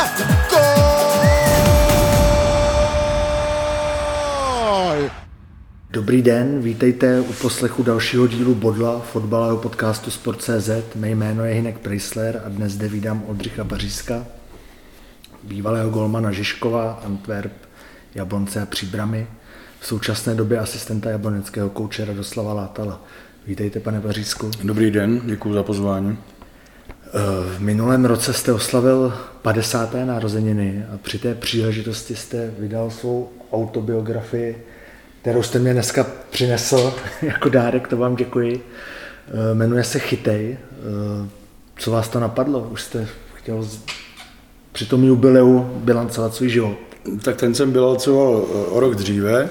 Dobrý den, vítejte u poslechu dalšího dílu Bodla, fotbalového podcastu Sport.cz. Mé jméno je Hinek Preissler a dnes zde vídám Oldřicha Baříska, bývalého golmana Žižkova, Antwerp, Jablonce a Příbramy, v současné době asistenta jabloneckého kouče Radoslava Látala. Vítejte, pane Bařísku. Dobrý den, děkuji za pozvání. V minulém roce jste oslavil 50. narozeniny a při té příležitosti jste vydal svou autobiografii, kterou jste mě dneska přinesl jako dárek, to vám děkuji. Jmenuje se Chytej. Co vás to napadlo? Už jste chtěl při tom jubileu bilancovat svůj život? Tak ten jsem bilancoval o rok dříve,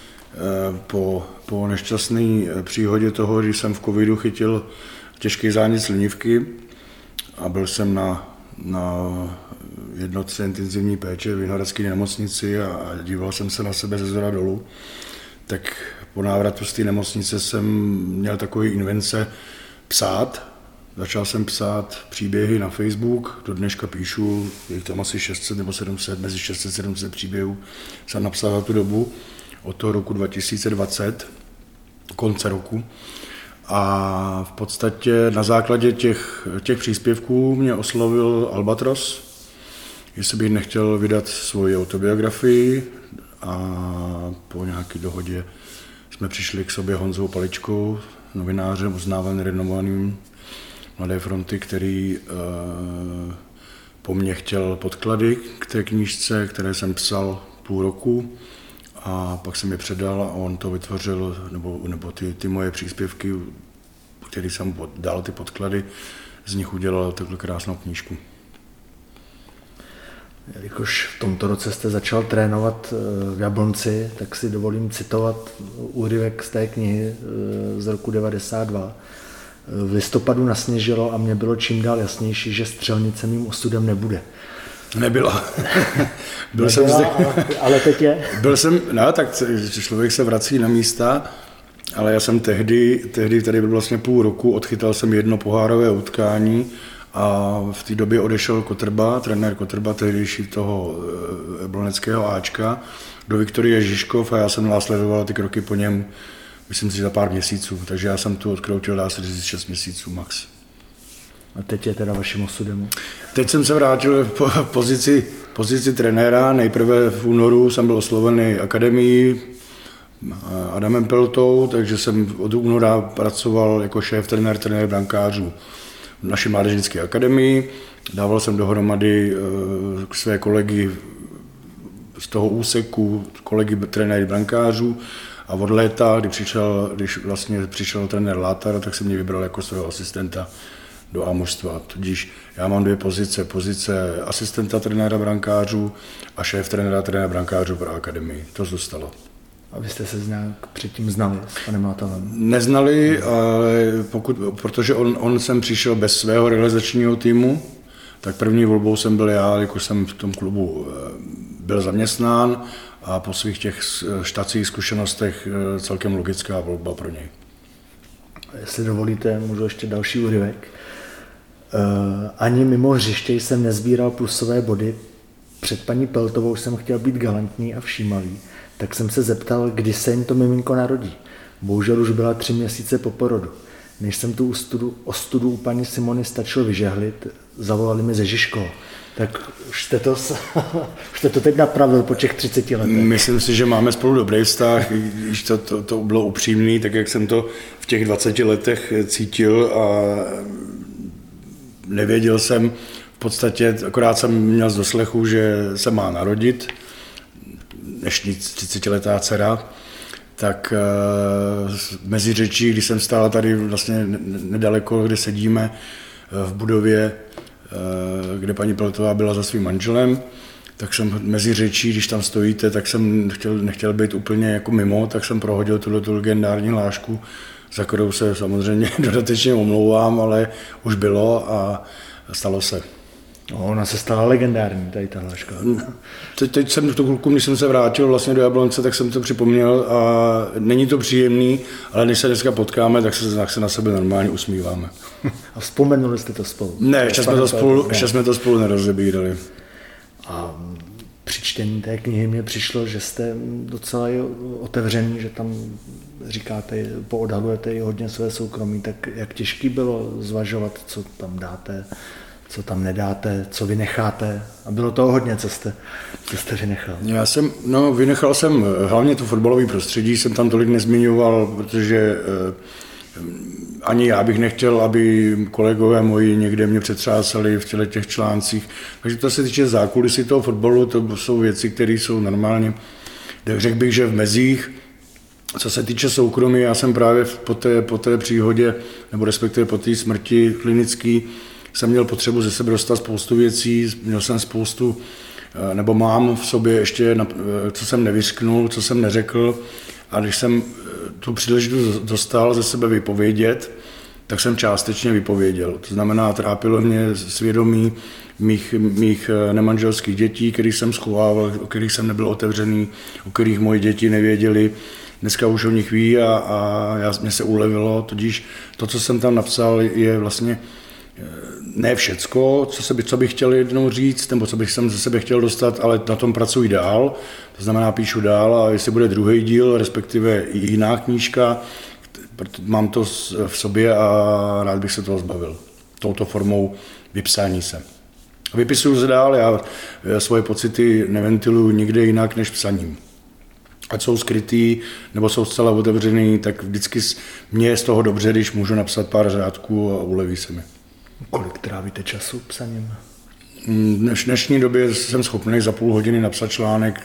po nešťastné příhodě toho, že jsem v covidu chytil těžký zánět slinivky a byl jsem na jednotce intenzivní péče v Vinohradské nemocnici a díval jsem se na sebe ze zhora dolů. Tak po návratu z té nemocnice jsem měl takový invence psát. Začal jsem psát příběhy na Facebook, do dneška píšu, je tam asi 600 nebo 700, mezi 600-700 příběhů jsem napsal za tu dobu, od toho roku 2020, konce roku. A v podstatě na základě těch příspěvků mě oslovil Albatros, jestli bych nechtěl vydat svoji autobiografii, a po nějaké dohodě jsme přišli k sobě Honzou Paličkou, novinářem uznávaným, renomovaným Mladé fronty, který po mně chtěl podklady k té knížce, které jsem psal půl roku, a pak jsem je předal a on to vytvořil, nebo ty moje příspěvky, které jsem dal, ty podklady, z nich udělal takhle krásnou knížku. Jelikož v tomto roce jste začal trénovat v Jablonci, tak si dovolím citovat úryvek z té knihy z roku 92. V listopadu nasněžilo a mně bylo čím dál jasnější, že střelnice mým osudem nebude. Nebyla. Ale teď je. Tak člověk se vrací na místa, ale já jsem tehdy tady byl vlastně půl roku, odchytal jsem jedno pohárové utkání, a v té době odešel Kotrba, trenér Kotrba, tehdejší toho jabloneckého Ačka, do Viktorie Žižkov, a já jsem následoval ty kroky po něm, myslím si, za pár měsíců, takže já jsem tu odkroutil, dá se říct, 6 měsíců max. A teď je teda vaším osudem? Teď jsem se vrátil po pozici trenéra, nejprve v únoru jsem byl oslovený akademií Adamem Peltou, takže jsem od února pracoval jako trenér brankářů v naší mládežnické akademii. Dával jsem dohromady své kolegy z toho úseku, kolegy trenéry brankářů, a od léta, když vlastně přišel trenér Látar, tak se mě vybral jako svého asistenta do A-mužstva. Tudíž já mám dvě pozice asistenta trenéra brankářů a šéf trenéra brankářů pro akademii. To zůstalo. A vy jste se nějak předtím znali s panem Látalem? Neznali, ale protože on sem přišel bez svého realizačního týmu, tak první volbou jsem byl já, jakož jsem v tom klubu byl zaměstnán, a po svých těch štacích zkušenostech celkem logická volba pro něj. Jestli dovolíte, můžu ještě další úryvek. Ani mimo hřiště jsem nezbíral plusové body. Před paní Peltovou jsem chtěl být galantní a všímavý, tak jsem se zeptal, kdy se jim to miminko narodí. Bohužel už byla 3 měsíce po porodu. Než jsem tu ostudu u paní Simony stačil vyžehlit, zavolali mi ze Žižkova. Tak už jste to teď napravil po těch 30 letech. Myslím si, že máme spolu dobrý vztah, když to bylo upřímný, tak jak jsem to v těch 20 letech cítil, a nevěděl jsem v podstatě, akorát jsem měl z doslechu, že se má narodit, dnešní 30letá dcera, tak mezi řečí, když jsem stál tady vlastně nedaleko, kde sedíme v budově, kde paní Peltová byla za svým manželem, tak jsem mezi řečí, když tam stojíte, tak jsem nechtěl být úplně jako mimo, tak jsem prohodil tu legendární hlášku, za kterou se samozřejmě dodatečně omlouvám, ale už bylo a stalo se. Ona se stala legendární, tady ta hláška. Teď jsem tu chvilku, když jsem se vrátil vlastně do Jablonce, tak jsem to připomněl a není to příjemný, ale když se dneska potkáme, tak se na sebe normálně usmíváme. A vzpomenuli jste to spolu? Ne, ještě jsme to spolu nerozebírali. A při čtení té knihy mě přišlo, že jste docela otevřený, že tam říkáte, poodhalujete i hodně své soukromí, tak jak těžký bylo zvažovat, co tam dáte, co tam nedáte, co vynecháte. A bylo toho hodně, co jste vynechal. Vynechal jsem hlavně to fotbalové prostředí, jsem tam tolik nezmiňoval, protože ani já bych nechtěl, aby kolegové moji někde mě přetřásali v těch článcích. Takže to se týče zákulisí toho fotbalu, to jsou věci, které jsou normálně, řekl bych, že v mezích. Co se týče soukromí, já jsem právě po té příhodě, nebo respektive po té smrti klinický, jsem měl potřebu ze sebe dostat spoustu věcí, měl jsem spoustu, nebo mám v sobě ještě, co jsem nevyřknul, co jsem neřekl, a když jsem tu příležitost dostal ze sebe vypovědět, tak jsem částečně vypověděl. To znamená, trápilo mě svědomí mých nemanželských dětí, kterých jsem schovával, o kterých jsem nebyl otevřený, o kterých moje děti nevěděli. Dneska už o nich ví a mě se ulevilo, tudíž to, co jsem tam napsal, je vlastně ne všecko, co bych chtěl jednou říct, nebo co bych jsem ze sebe chtěl dostat, ale na tom pracuji dál, to znamená píšu dál a jestli bude druhý díl, respektive i jiná knížka, mám to v sobě a rád bych se toho zbavil. Touto formou vypsání se. Vypisuju se dál, já svoje pocity neventiluji nikde jinak než psaním. Ať jsou skrytý, nebo jsou zcela otevřený, tak vždycky mě je z toho dobře, když můžu napsat pár řádků a uleví se mi. Kolik trávíte času psaním? V dnešní době jsem schopný za půl hodiny napsat článek,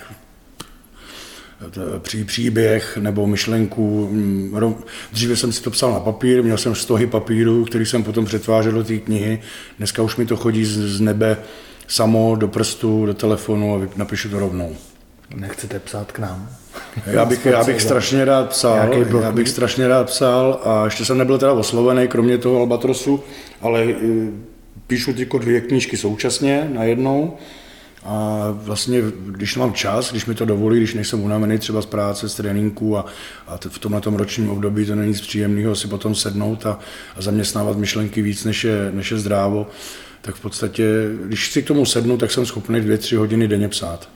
příběh nebo myšlenku. Dříve jsem si to psal na papír, měl jsem stohy papíru, který jsem potom přetvářel do té knihy. Dneska už mi to chodí z nebe samo do prstu, do telefonu a napíšu to rovnou. Nechcete psát k nám? Já bych strašně rád psal a ještě jsem nebyl teda oslovený, kromě toho Albatrosu, ale píšu tyko 2 knížky současně najednou a vlastně, když mám čas, když mi to dovolí, když nejsem unavený třeba z práce, z tréninku a v tomhletom ročním období to není nic příjemného si potom sednout a zaměstnávat myšlenky víc, než je zdrávo, tak v podstatě, když si k tomu sednu, tak jsem schopný 2-3 hodiny denně psát.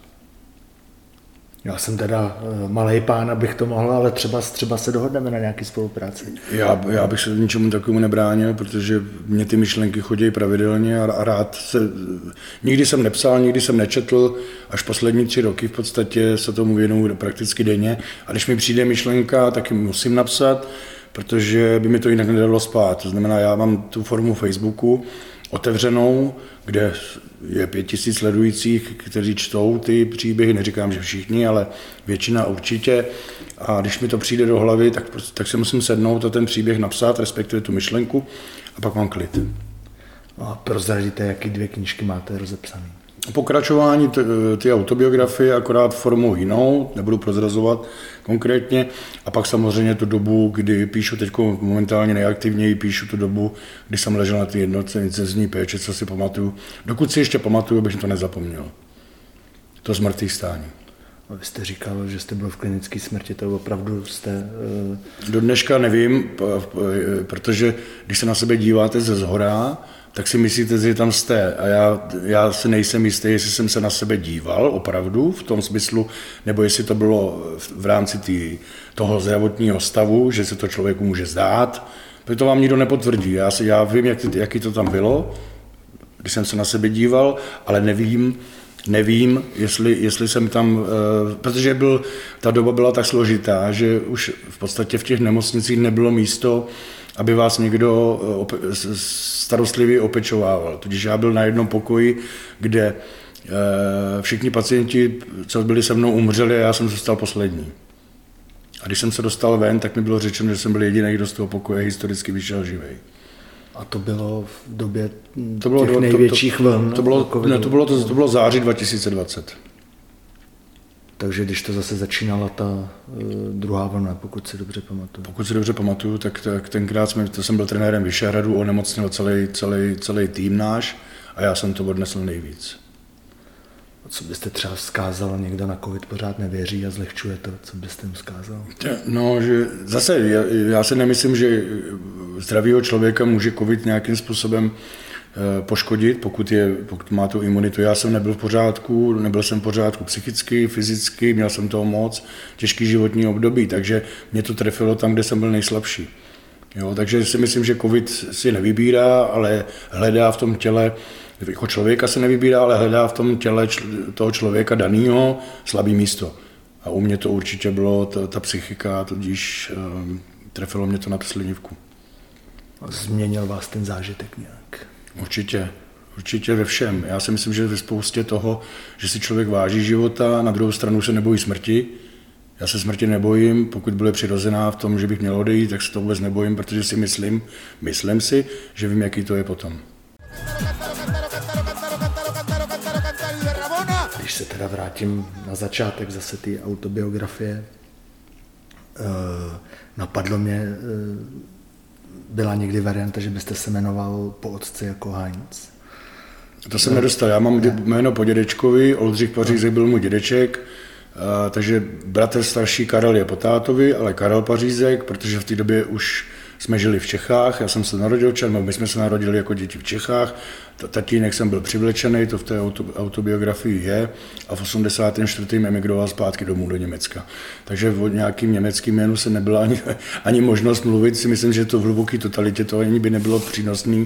Já jsem teda malej pán, abych to mohl, ale třeba se dohodneme na nějaký spolupráci. Já bych se ničemu takovému nebránil, protože mě ty myšlenky chodí pravidelně a rád nikdy jsem nepsal, nikdy jsem nečetl, až poslední 3 roky v podstatě se tomu věnuju prakticky denně. A když mi přijde myšlenka, tak ji musím napsat, protože by mi to jinak nedalo spát. To znamená, já mám tu formu Facebooku otevřenou, kde je 5000 sledujících, kteří čtou ty příběhy, neříkám, že všichni, ale většina určitě. A když mi to přijde do hlavy, tak se musím sednout a ten příběh napsat, respektive tu myšlenku, a pak mám klid. A prozradíte, jaký 2 knížky máte rozepsané? Pokračování ty autobiografie, akorát formou jinou, nebudu prozrazovat konkrétně. A pak samozřejmě tu dobu, kdy píšu teď momentálně nejaktivněji, píšu tu dobu, kdy jsem ležel na té jednotce intenzivní péče, co si pamatuju. Dokud si ještě pamatuju, bych to nezapomněl. To zmrtvých stání. A vy jste říkal, že jste byl v klinické smrti, to opravdu jste... Do dneška nevím, protože když se na sebe díváte ze zhora, tak si myslíte, že tam jste. A já si nejsem jistý, jestli jsem se na sebe díval opravdu v tom smyslu, nebo jestli to bylo v rámci toho zdravotního stavu, že se to člověku může zdát. Protože to vám nikdo nepotvrdí. Já vím, jaký to tam bylo, když jsem se na sebe díval, ale nevím, jestli jsem tam, protože ta doba byla tak složitá, že už v podstatě v těch nemocnicích nebylo místo, aby vás někdo starostlivě opečovával. Tudíž já byl na jednom pokoji, kde všichni pacienti, co byli se mnou, umřeli a já jsem zůstal poslední. A když jsem se dostal ven, tak mi bylo řečeno, že jsem byl jediný, kdo z toho pokoje historicky vyšel živej. A to bylo v době těch největších vln? To bylo září 2020. Takže když to zase začínala ta druhá vlna, pokud si dobře pamatuju. Pokud si dobře pamatuju, tak tenkrát jsem byl trenérem Vyšehradu, onemocnil celý tým náš a já jsem to odnesl nejvíc. A co byste třeba vzkázal, někdo na covid pořád nevěří a zlehčuje to, co byste jim vzkázal? No, že zase já si nemyslím, že zdravýho člověka může covid nějakým způsobem poškodit, pokud má tu imunitu. Já jsem nebyl v pořádku, nebyl jsem v pořádku psychicky, fyzicky, měl jsem toho moc, těžký životní období, takže mě to trefilo tam, kde jsem byl nejslabší. Jo, takže si myslím, že covid si nevybírá, ale hledá v tom těle, jako člověka se nevybírá, ale hledá v tom těle toho člověka danýho slabý místo. A u mě to určitě bylo ta psychika, tudíž trefilo mě to na tu slinivku. Změnil vás ten zážitek nějak? Určitě ve všem. Já si myslím, že ve spoustě toho, že si člověk váží života, na druhou stranu se nebojí smrti. Já se smrti nebojím, pokud byla přirozená v tom, že bych měl odejít, tak se to vůbec nebojím, protože si myslím si, že vím, jaký to je potom. Když se teda vrátím na začátek zase té autobiografie, napadlo mě, byla někdy varianta, že byste se jmenoval po otci jako Heinz? To jsem nedostal. Já mám jméno po dědečkovi, Oldřich Pařízek byl můj dědeček, takže bratr starší Karel je po tátovi, ale Karel Pařízek, protože v té době už jsme žili v Čechách, já jsem se narodil, my jsme se narodili jako děti v Čechách, tatínek jsem byl přivlečený, to v té autobiografii je, a v 84. emigroval zpátky domů do Německa. Takže o nějakým německým jménu se nebyla ani možnost mluvit, si myslím, že to v hluboké totalitě to ani by nebylo přínosné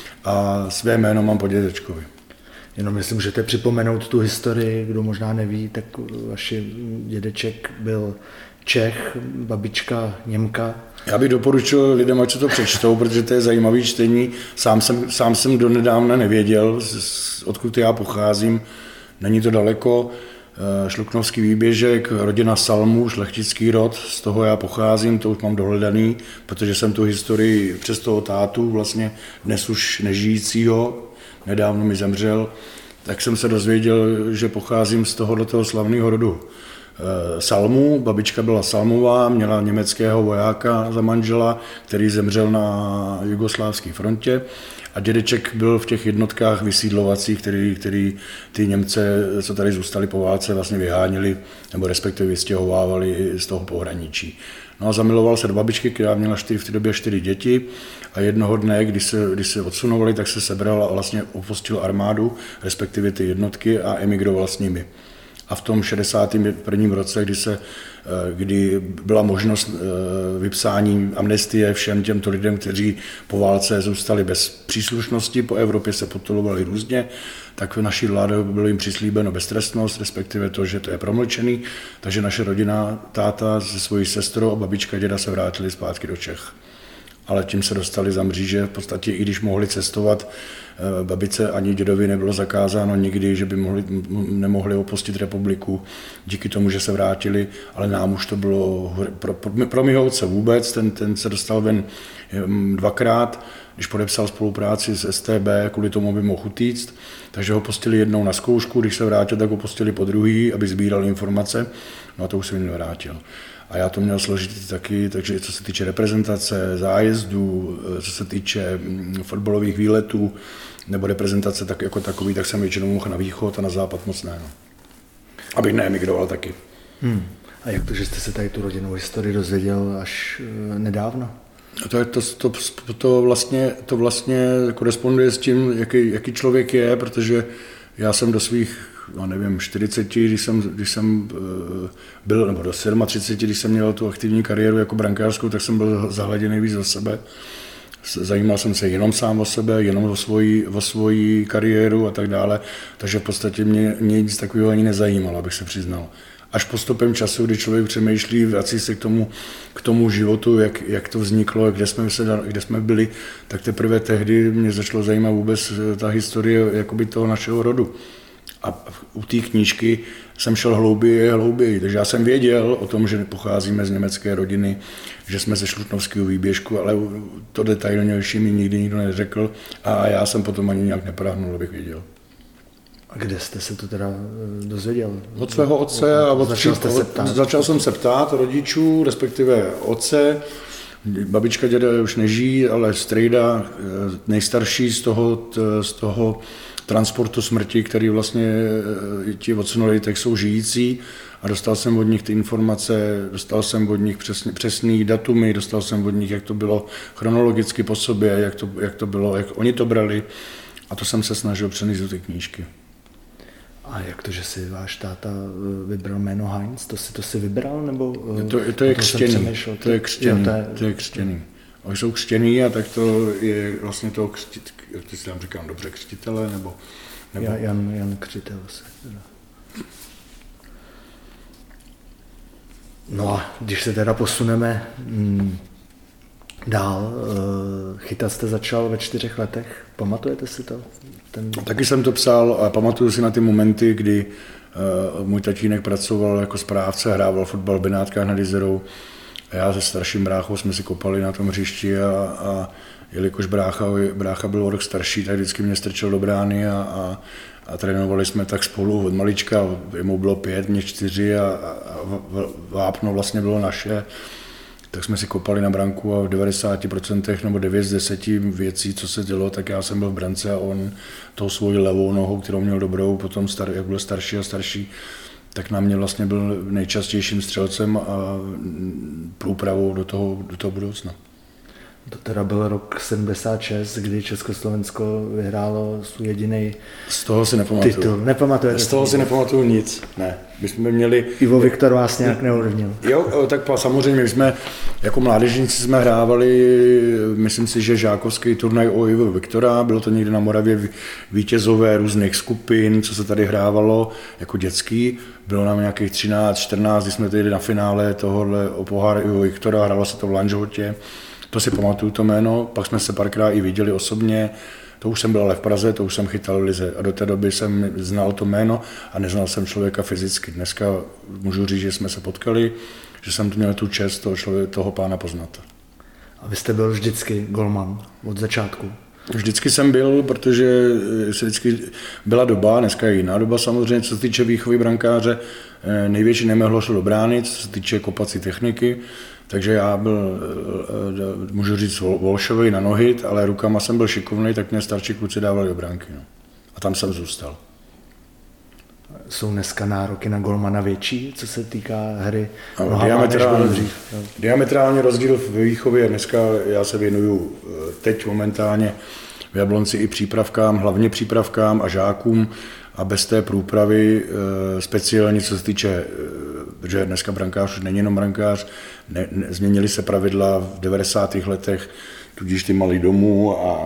a své jméno mám po dědečkovi. Jenom jestli můžete připomenout tu historii, kdo možná neví, tak vaš dědeček byl Čech, babička Němka. Já bych doporučil lidem, ať se to přečtou, protože to je zajímavý čtení. Sám jsem donedávna nevěděl, odkud já pocházím. Není to daleko. Šluknovský výběžek, rodina Salmů, šlechtický rod, z toho já pocházím, to už mám dohledaný, protože jsem tu historii přes toho tátu, vlastně dnes už nežijícího, nedávno mi zemřel, tak jsem se dozvěděl, že pocházím z tohoto slavného rodu Salmů. Babička byla Salmová, měla německého vojáka za manžela, který zemřel na jugoslávské frontě. A dědeček byl v těch jednotkách vysídlovacích, který ty Němce, co tady zůstali po válce, vlastně vyháněli, nebo respektive vystěhovávali z toho pohraničí. No a zamiloval se do babičky, která měla v té době 4 děti a jednoho dne, když se odsunovali, tak se sebral a vlastně opustil armádu, respektive ty jednotky a emigroval s nimi. A v tom 61. roce, kdy byla možnost vypsání amnestie všem těmto lidem, kteří po válce zůstali bez příslušnosti, po Evropě se potulovali různě, tak v naší vládě bylo jim přislíbeno beztrestnost, respektive to, že to je promlčený, takže naše rodina, táta se svojí sestrou a babička, děda se vrátili zpátky do Čech. Ale tím se dostali za mříže, v podstatě i když mohli cestovat, babice ani dědovi nebylo zakázáno nikdy, že by nemohli opustit republiku díky tomu, že se vrátili, ale nám už to bylo pro mýho otce vůbec, ten se dostal ven 2krát, když podepsal spolupráci s STB, kvůli tomu, aby mohl utíct, takže ho pustili jednou na zkoušku, když se vrátil, tak ho pustili po druhý, aby sbíral informace, no a to už se mi nevrátil. A já to měl složitý taky, takže co se týče reprezentace, zájezdů, co se týče fotbalových výletů nebo reprezentace tak jako takový, tak jsem většinou mohl na východ a na západ moc ne. No. Abych neemigroval taky. A jak to, že jste se tady tu rodinnou historii dozvěděl až nedávno? To vlastně koresponduje s tím, jaký člověk je, protože já jsem do svých 40, když jsem byl, nebo do 37, když jsem měl tu aktivní kariéru jako brankářskou, tak jsem byl zahleděný víc o sebe. Zajímal jsem se jenom sám o sebe, jenom o svoji kariéru a tak dále, takže v podstatě mě nic takového ani nezajímalo, abych se přiznal. Až postupem času, kdy člověk přemýšlí, vrací se k tomu životu, jak to vzniklo, kde jsme byli, tak teprve tehdy mě začalo zajímat vůbec ta historie jakoby toho našeho rodu. A u té knížky jsem šel hlouběji, takže já jsem věděl o tom, že pocházíme z německé rodiny, že jsme ze Šluknovského výběžku, ale to detailnější mi nikdy nikdo neřekl a já jsem potom ani nějak neprahnul, abych věděl. A kde jste se to teda dozvěděl? Od svého otce a začal jsem se ptát rodičů, respektive otce. Babička, děda už nežijí, ale strejda, nejstarší z toho transportu smrti, který vlastně ti odsunuli, tak jsou žijící a dostal jsem od nich ty informace, dostal jsem od nich přesný datumy, dostal jsem od nich, jak to bylo chronologicky po sobě, jak to bylo, jak oni to brali A to jsem se snažil přenést do ty knížky. A jak to, že si váš táta vybral jméno Heinz? To si vybral, nebo... To je křtěný. To je křtěný. Oni jsou křtěný a tak to je vlastně toho ty si tam říkám dobře, křtitele, nebo... Jan Křtitel asi. No a když se teda posuneme dál, chytat jste začal ve 4 letech, pamatujete si to? Taky jsem to psal a pamatuju si na ty momenty, kdy můj tatínek pracoval jako správce, hrával fotbal v Benátkách nad Jizerou a já se starším bráchou jsme si kopali na tom hřišti a jelikož brácha byl o rok starší, tak vždycky mě strčil do brány a trénovali jsme tak spolu od malička, jemu bylo 5, mě 4 a vápno vlastně bylo naše. Tak jsme si kopali na branku a v 90% nebo 9 z 10 věcí, co se dělo, tak já jsem byl v brance a on tou svojí levou nohou, kterou měl dobrou, potom jak byl starší a starší, tak na mě vlastně byl nejčastějším střelcem a průpravou do toho budoucna. To teda byl rok 76, kdy Československo vyhrálo svůj jediný titul. Nepamatujete? Z toho si nepamatuju nic. Ne. My jsme měli... Ivo Viktor vás nějak neovlivnil. Jo, tak samozřejmě, my jsme jako mládežníci jsme hrávali, myslím si, že žákovský turnaj o Ivo Viktora, bylo to někde na Moravě vítězové různých skupin, co se tady hrávalo jako dětský. Bylo nám nějakých 13, 14, když jsme tady na finále tohohle o pohár Ivo Viktora, hrálo se to v Lanžhotě. To si pamatuju to jméno, pak jsme se párkrát i viděli osobně, to už jsem byl ale v Praze, to už jsem chytal v lize a do té doby jsem znal to jméno a neznal jsem člověka fyzicky. Dneska můžu říct, že jsme se potkali, že jsem měl tu čest toho pána poznat. A vy jste byl vždycky golman od začátku? Vždycky jsem byl, protože se vždycky byla doba, dneska je jiná doba samozřejmě, co se týče výchovy brankáře, největší nemehlo šlo do brány, co se týče kopací techniky, takže já byl, můžu říct, volšový na nohy, ale rukama jsem byl šikovný, tak mě starší kluci dávali do bránky. No. A tam jsem zůstal. Jsou dneska nároky na golmana větší, co se týká hry? Diametrálně rozdíl v výchově. Dneska já se věnuju teď momentálně v Jablonci i přípravkám, hlavně přípravkám a žákům a bez té průpravy speciálně, co se týče, že dneska brankář už není jenom brankář, změnily se pravidla v 90. letech, tudíž ty malý domů a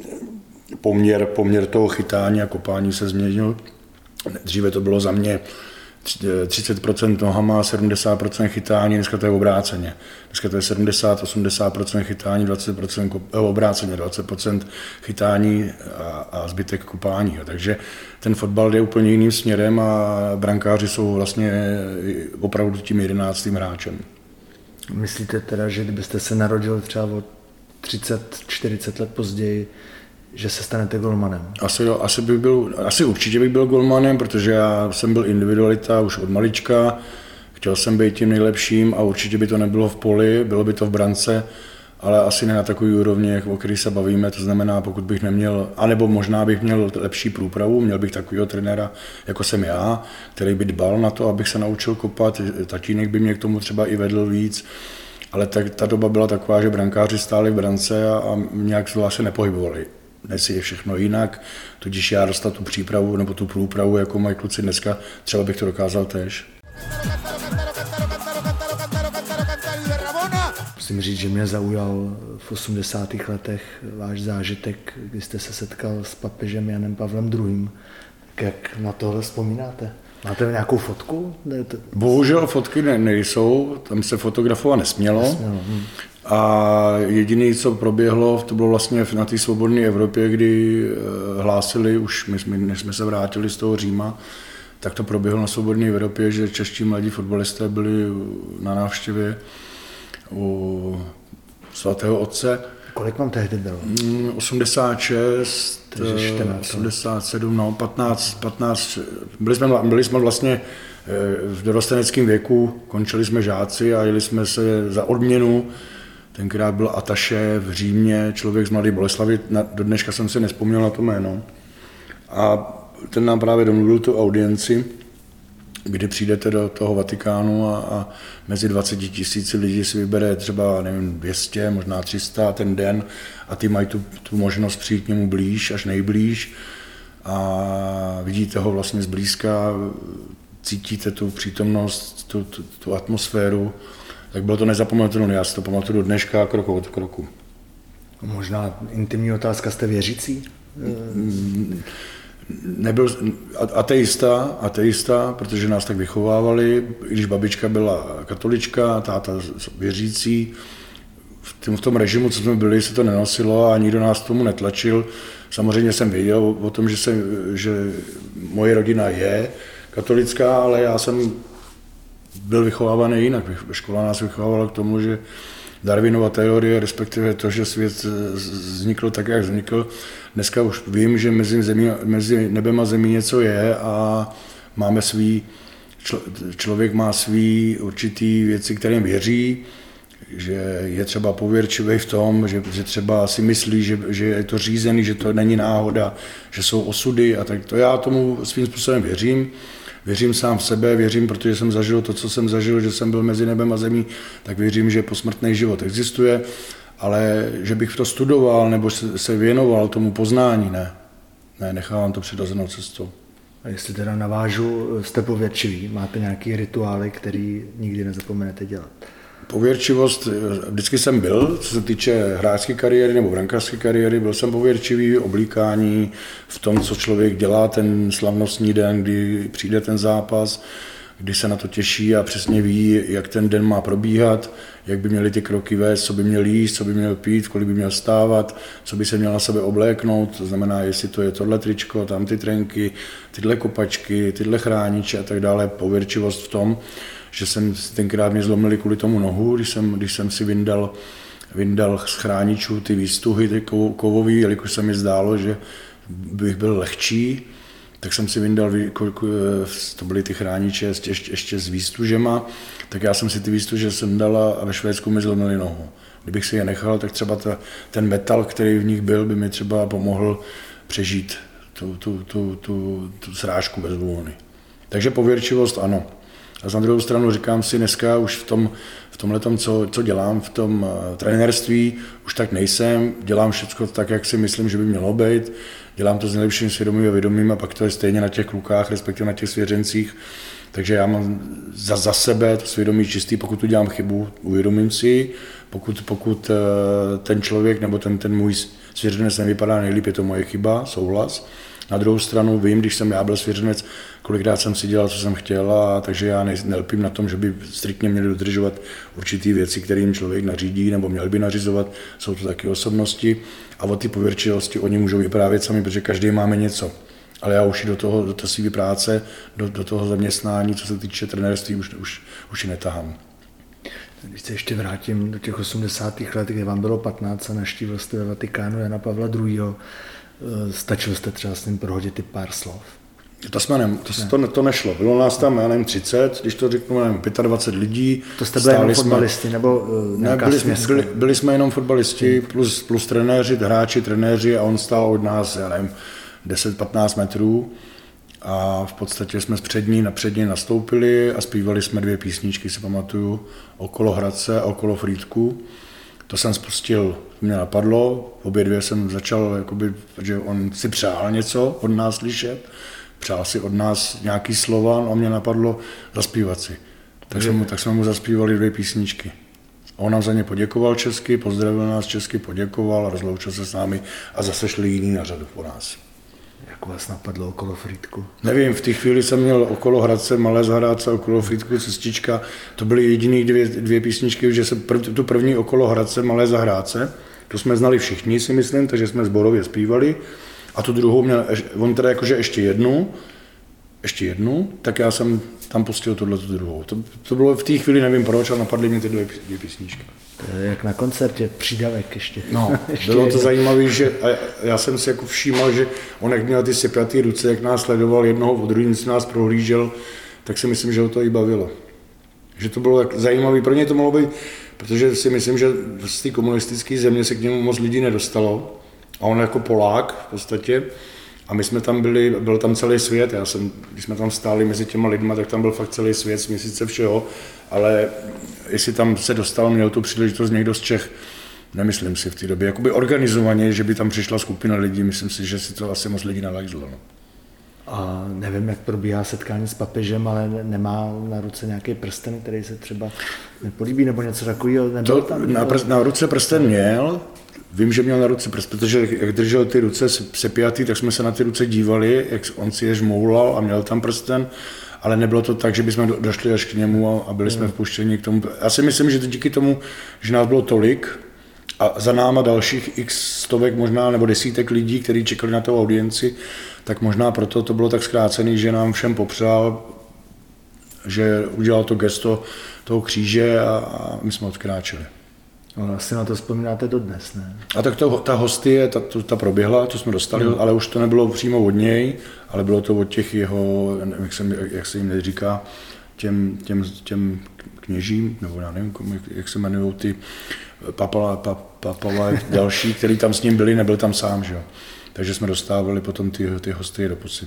poměr toho chytání a kopání se změnil. Dříve to bylo za mě 30% nohama, 70% chytání, dneska to je obráceně. Dneska to je 70-80% chytání, 20% obráceně, 20% chytání a zbytek kopání. Takže ten fotbal jde úplně jiným směrem a brankáři jsou vlastně opravdu tím 11. hráčem. Myslíte teda, že kdybyste se narodil třeba o 30-40 let později, že se stanete golmanem? Asi určitě bych byl golmanem, protože já jsem byl individualita už od malička, chtěl jsem být tím nejlepším a určitě by to nebylo v poli, bylo by to v brance, ale asi ne na takový úrovni, o který se bavíme, to znamená, pokud bych neměl, anebo možná bych měl lepší průpravu, měl bych takového trenéra, jako jsem já, který by dbal na to, abych se naučil kopat, tatínek by mě k tomu třeba i vedl víc, ale ta doba byla taková, že brankáři stáli v brance a nějak se nepohybovali. Dnes je všechno jinak, tudíž já dostat tu přípravu nebo tu průpravu, jako mají kluci dneska, třeba bych to dokázal též. Musím říct, že mě zaujal v 80. letech váš zážitek, kdy jste se setkal s papežem Janem Pavlem II. Jak na tohle vzpomínáte? Máte nějakou fotku? Bohužel fotky nejsou, tam se fotografovat nesmělo. A jediné, co proběhlo, to bylo vlastně na té svobodné Evropě, kdy hlásili, už než jsme se vrátili z toho Říma, tak to proběhlo na svobodné Evropě, že čeští mladí fotbalisté byli na návštěvě u svatého otce. Kolik vám tehdy bylo? 86, 87, no 15. Byli jsme vlastně v dorosteneckém věku, končili jsme žáci a jeli jsme se za odměnu. Tenkrát byl ataše v Římě, člověk z Mladé Boleslavi, do dneška jsem si nevzpomněl na to jméno. A ten nám právě domluvil tu audienci kdy přijdete do toho Vatikánu a mezi 20 000 lidí si vybere třeba, nevím, 200, možná 300 ten den a ty mají tu možnost přijít k němu blíž, až nejblíž a vidíte ho vlastně zblízka, cítíte tu přítomnost, tu atmosféru, tak bylo to nezapomenutelné, já si to pamatuju do dneška krok od kroku. Možná intimní otázka, jste věřící? Nebyl ateista, protože nás tak vychovávali, i když babička byla katolička, táta věřící. V tom režimu, co jsme byli, se to nenosilo a nikdo nás k tomu netlačil. Samozřejmě jsem věděl o tom, že moje rodina je katolická, ale já jsem byl vychovávaný jinak. Škola nás vychovávala k tomu, že Darwinova teorie, respektive to, že svět vznikl tak, jak vznikl. Dneska už vím, že mezi nebem a zemí něco je a máme člověk má svý určitý věci, kterým věří, že je třeba pověrčivý v tom, že třeba si myslí, že je to řízený, že to není náhoda, že jsou osudy a tak to já tomu svým způsobem věřím. Věřím sám v sebe, věřím, protože jsem zažil to, co jsem zažil, že jsem byl mezi nebem a zemí, tak věřím, že posmrtný život existuje, ale že bych to studoval nebo se věnoval tomu poznání, ne, nechávám to přirozenou cestou. A jestli teda navážu, jste pověrčivý, máte nějaký rituály, který nikdy nezapomenete dělat? Pověrčivost, vždycky jsem byl, co se týče hráčské kariéry nebo brankářské kariéry, byl jsem pověrčivý, oblíkání v tom, co člověk dělá ten slavnostní den, kdy přijde ten zápas, kdy se na to těší a přesně ví, jak ten den má probíhat, jak by měly ty kroky vést, co by měl jíst, co by měl pít, kolik by měl stávat, co by se měl na sebe obléknout, to znamená, jestli to je tohle tričko, tam ty trenky, tyhle kopačky, tyhle chrániče a tak dále, pověrčivost v tom, že jsem tenkrát mě zlomili kvůli tomu nohu, když jsem si vyndal z chráničů ty výstuhy, ty kovový, jelikož se mi zdálo, že bych byl lehčí, tak jsem si vyndal, to byly ty chrániče ještě s výstužema, tak já jsem si ty výstuže sundal a ve Švédsku mi zlomili nohu. Kdybych si je nechal, tak třeba ten metal, který v nich byl, by mi třeba pomohl přežít tu srážku bez vůny. Takže pověrčivost ano. A na druhou stranu říkám si dneska už v tomhletom, co dělám v tom trenérství, už tak nejsem, dělám všechno tak, jak si myslím, že by mělo být, dělám to s nejlepším svědomím a vědomím a pak to je stejně na těch klukách, respektive na těch svěřencích, takže já mám za sebe to svědomí čistý, pokud tu dělám chybu, uvědomím si, pokud ten člověk nebo ten můj svěřenec nevypadá nejlíp, je to moje chyba, souhlas. Na druhou stranu vím, když jsem já byl svěřenec, kolikrát jsem si dělal, co jsem chtěl, a takže já nelpím na tom, že by striktně měli dodržovat určitý věci, které jim člověk nařídí nebo měl by nařizovat. Jsou to taky osobnosti a o ty pověrčivosti oni můžou vyprávět sami, protože každý máme něco. Ale já už do té své práce, do toho zaměstnání, co se týče trenérství, už ji netahám. Když se ještě vrátím do těch 80. let, kdy vám bylo 15 a navštívil jste ve Vatikánu Jana Pavla II. Stačil jste třeba s ním prohodit i pár slov? To nešlo. Bylo nás tam, já nevím, 30, když to řeknu, nevím, 25 lidí. To jste byli jenom fotbalisti, nebo nějaká směska? Byli jsme jenom fotbalisti, plus trenéři, hráči, trenéři a on stál od nás, já nevím, 10-15 metrů a v podstatě jsme na přední nastoupili a zpívali jsme 2 písničky, si pamatuju, Okolo Hradce a Okolo Frýdku. To jsem spustil, mě napadlo, obě dvě jsem začal, jakoby, že on si přál něco od nás slyšet, přál si od nás nějaký slova a mě napadlo zaspívat si. Tak jsme mu zaspívali 2 písničky. A on nám za ně poděkoval česky, pozdravil nás česky, poděkoval, rozloučil se s námi a zase šli jiný na řadu po nás. Jak vás napadlo Okolo Frýdku? Nevím, v té chvíli jsem měl Okolo Hradce, Malé zahrádce, Okolo Frýdku, Cestička. To byly jediné 2 písničky, že se tu první Okolo Hradce, Malé zahrádce, to jsme znali všichni, si myslím, takže jsme sborově zpívali. A tu druhou měl, on teda jakože ještě jednu, tak já jsem tam pustil tu druhou. To bylo v té chvíli, nevím proč, ale napadly mě ty 2 písničky. To je jak na koncertě, přídavek ještě. No, bylo to zajímavé, že já jsem si jako všímal, že on jak měl ty sepjatý ruce, jak nás sledoval jednoho od druhého, si nás prohlížel, tak si myslím, že ho to i bavilo. Že to bylo zajímavé, pro ně to mohlo být, protože si myslím, že z té komunistické země se k němu moc lidí nedostalo. A on jako Polák v podstatě, A my jsme tam byl tam celý svět, když jsme tam stáli mezi těma lidma, tak tam byl fakt celý svět, směsice všeho, ale jestli tam se dostal, měl tu příležitost někdo z Čech, nemyslím si v té době, jakoby organizovaně, že by tam přišla skupina lidí, myslím si, že si to asi moc lidí nalajzlo. No. A nevím, jak probíhá setkání s papežem, ale nemá na ruce nějaký prsten, který se třeba nepolíbí, nebo něco takového? Na ruce prsten měl, vím, že měl na ruce prsten, protože jak držel ty ruce sepjatý, tak jsme se na ty ruce dívali, jak on si je žmoulal a měl tam prsten, ale nebylo to tak, že bychom došli až k němu a byli jsme vpuštěni k tomu. Já si myslím, že to díky tomu, že nás bylo tolik, a za náma dalších x stovek možná nebo desítek lidí, kteří čekali na tu audienci, tak možná proto to bylo tak zkrácený, že nám všem popřál, že udělal to gesto toho kříže a my jsme odkráčeli. No, asi na to vzpomínáte dodnes, ne? A tak ta hostie, ta proběhla, to jsme dostali, ale už to nebylo přímo od něj, ale bylo to od těch jeho, jak se jim říká, těm kněžím, nebo já nevím, jak se jmenují ty papala další, kteří tam s ním byli, nebyl tam sám, že jo. Takže jsme dostávali potom ty hosty do pusy.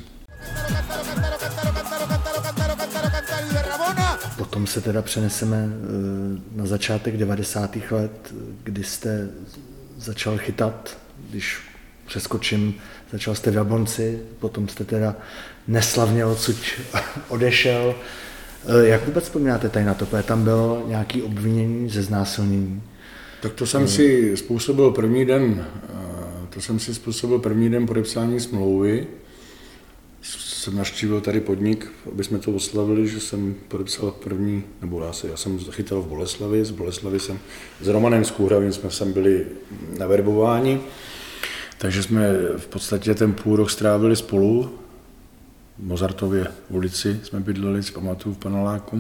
Potom se teda přeneseme na začátek 90. let, kdy jste začal chytat, když přeskočím, začal jste v Jablonci, potom jste teda neslavně odsud odešel. Jak vůbec vzpomínáte tady na to, protože tam bylo nějaké obvinění ze znásilnění? Tak to jsem si způsobil první den podepsání smlouvy. Jsem navštívil tady podnik, aby jsme to oslavili, že jsem podepsal první, nebo já jsem chytal v Boleslavi, z Boleslavy jsem s Romanem Skůhravým jsme sem byli na verbování, takže jsme v podstatě ten půl rok strávili spolu. V Mozartově ulici jsme bydleli, si pamatuju, v paneláku.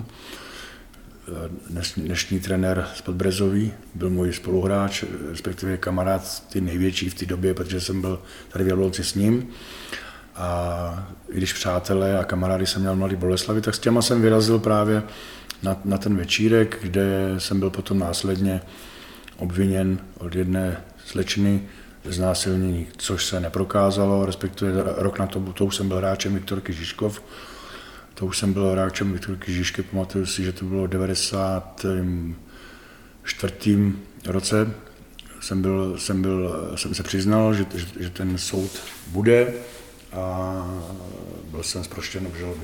Dnešní trenér z Podbrezový byl můj spoluhráč, respektive kamarád, ty největší v té době, protože jsem byl tady v Jablonci s ním. A i když přátelé a kamarády jsem měl v Mladé Boleslavi, tak s těma jsem vyrazil právě na ten večírek, kde jsem byl potom následně obviněn od jedné slečny znásilnění, což se neprokázalo, respektive rok na to už jsem byl hráčem Viktorky Žižkov. To už jsem byl hráčem Viktorky Žižky, pamatuju si, že to bylo v 94. roce. Jsem se přiznal, že ten soud bude a byl jsem zproštěn obžaloby.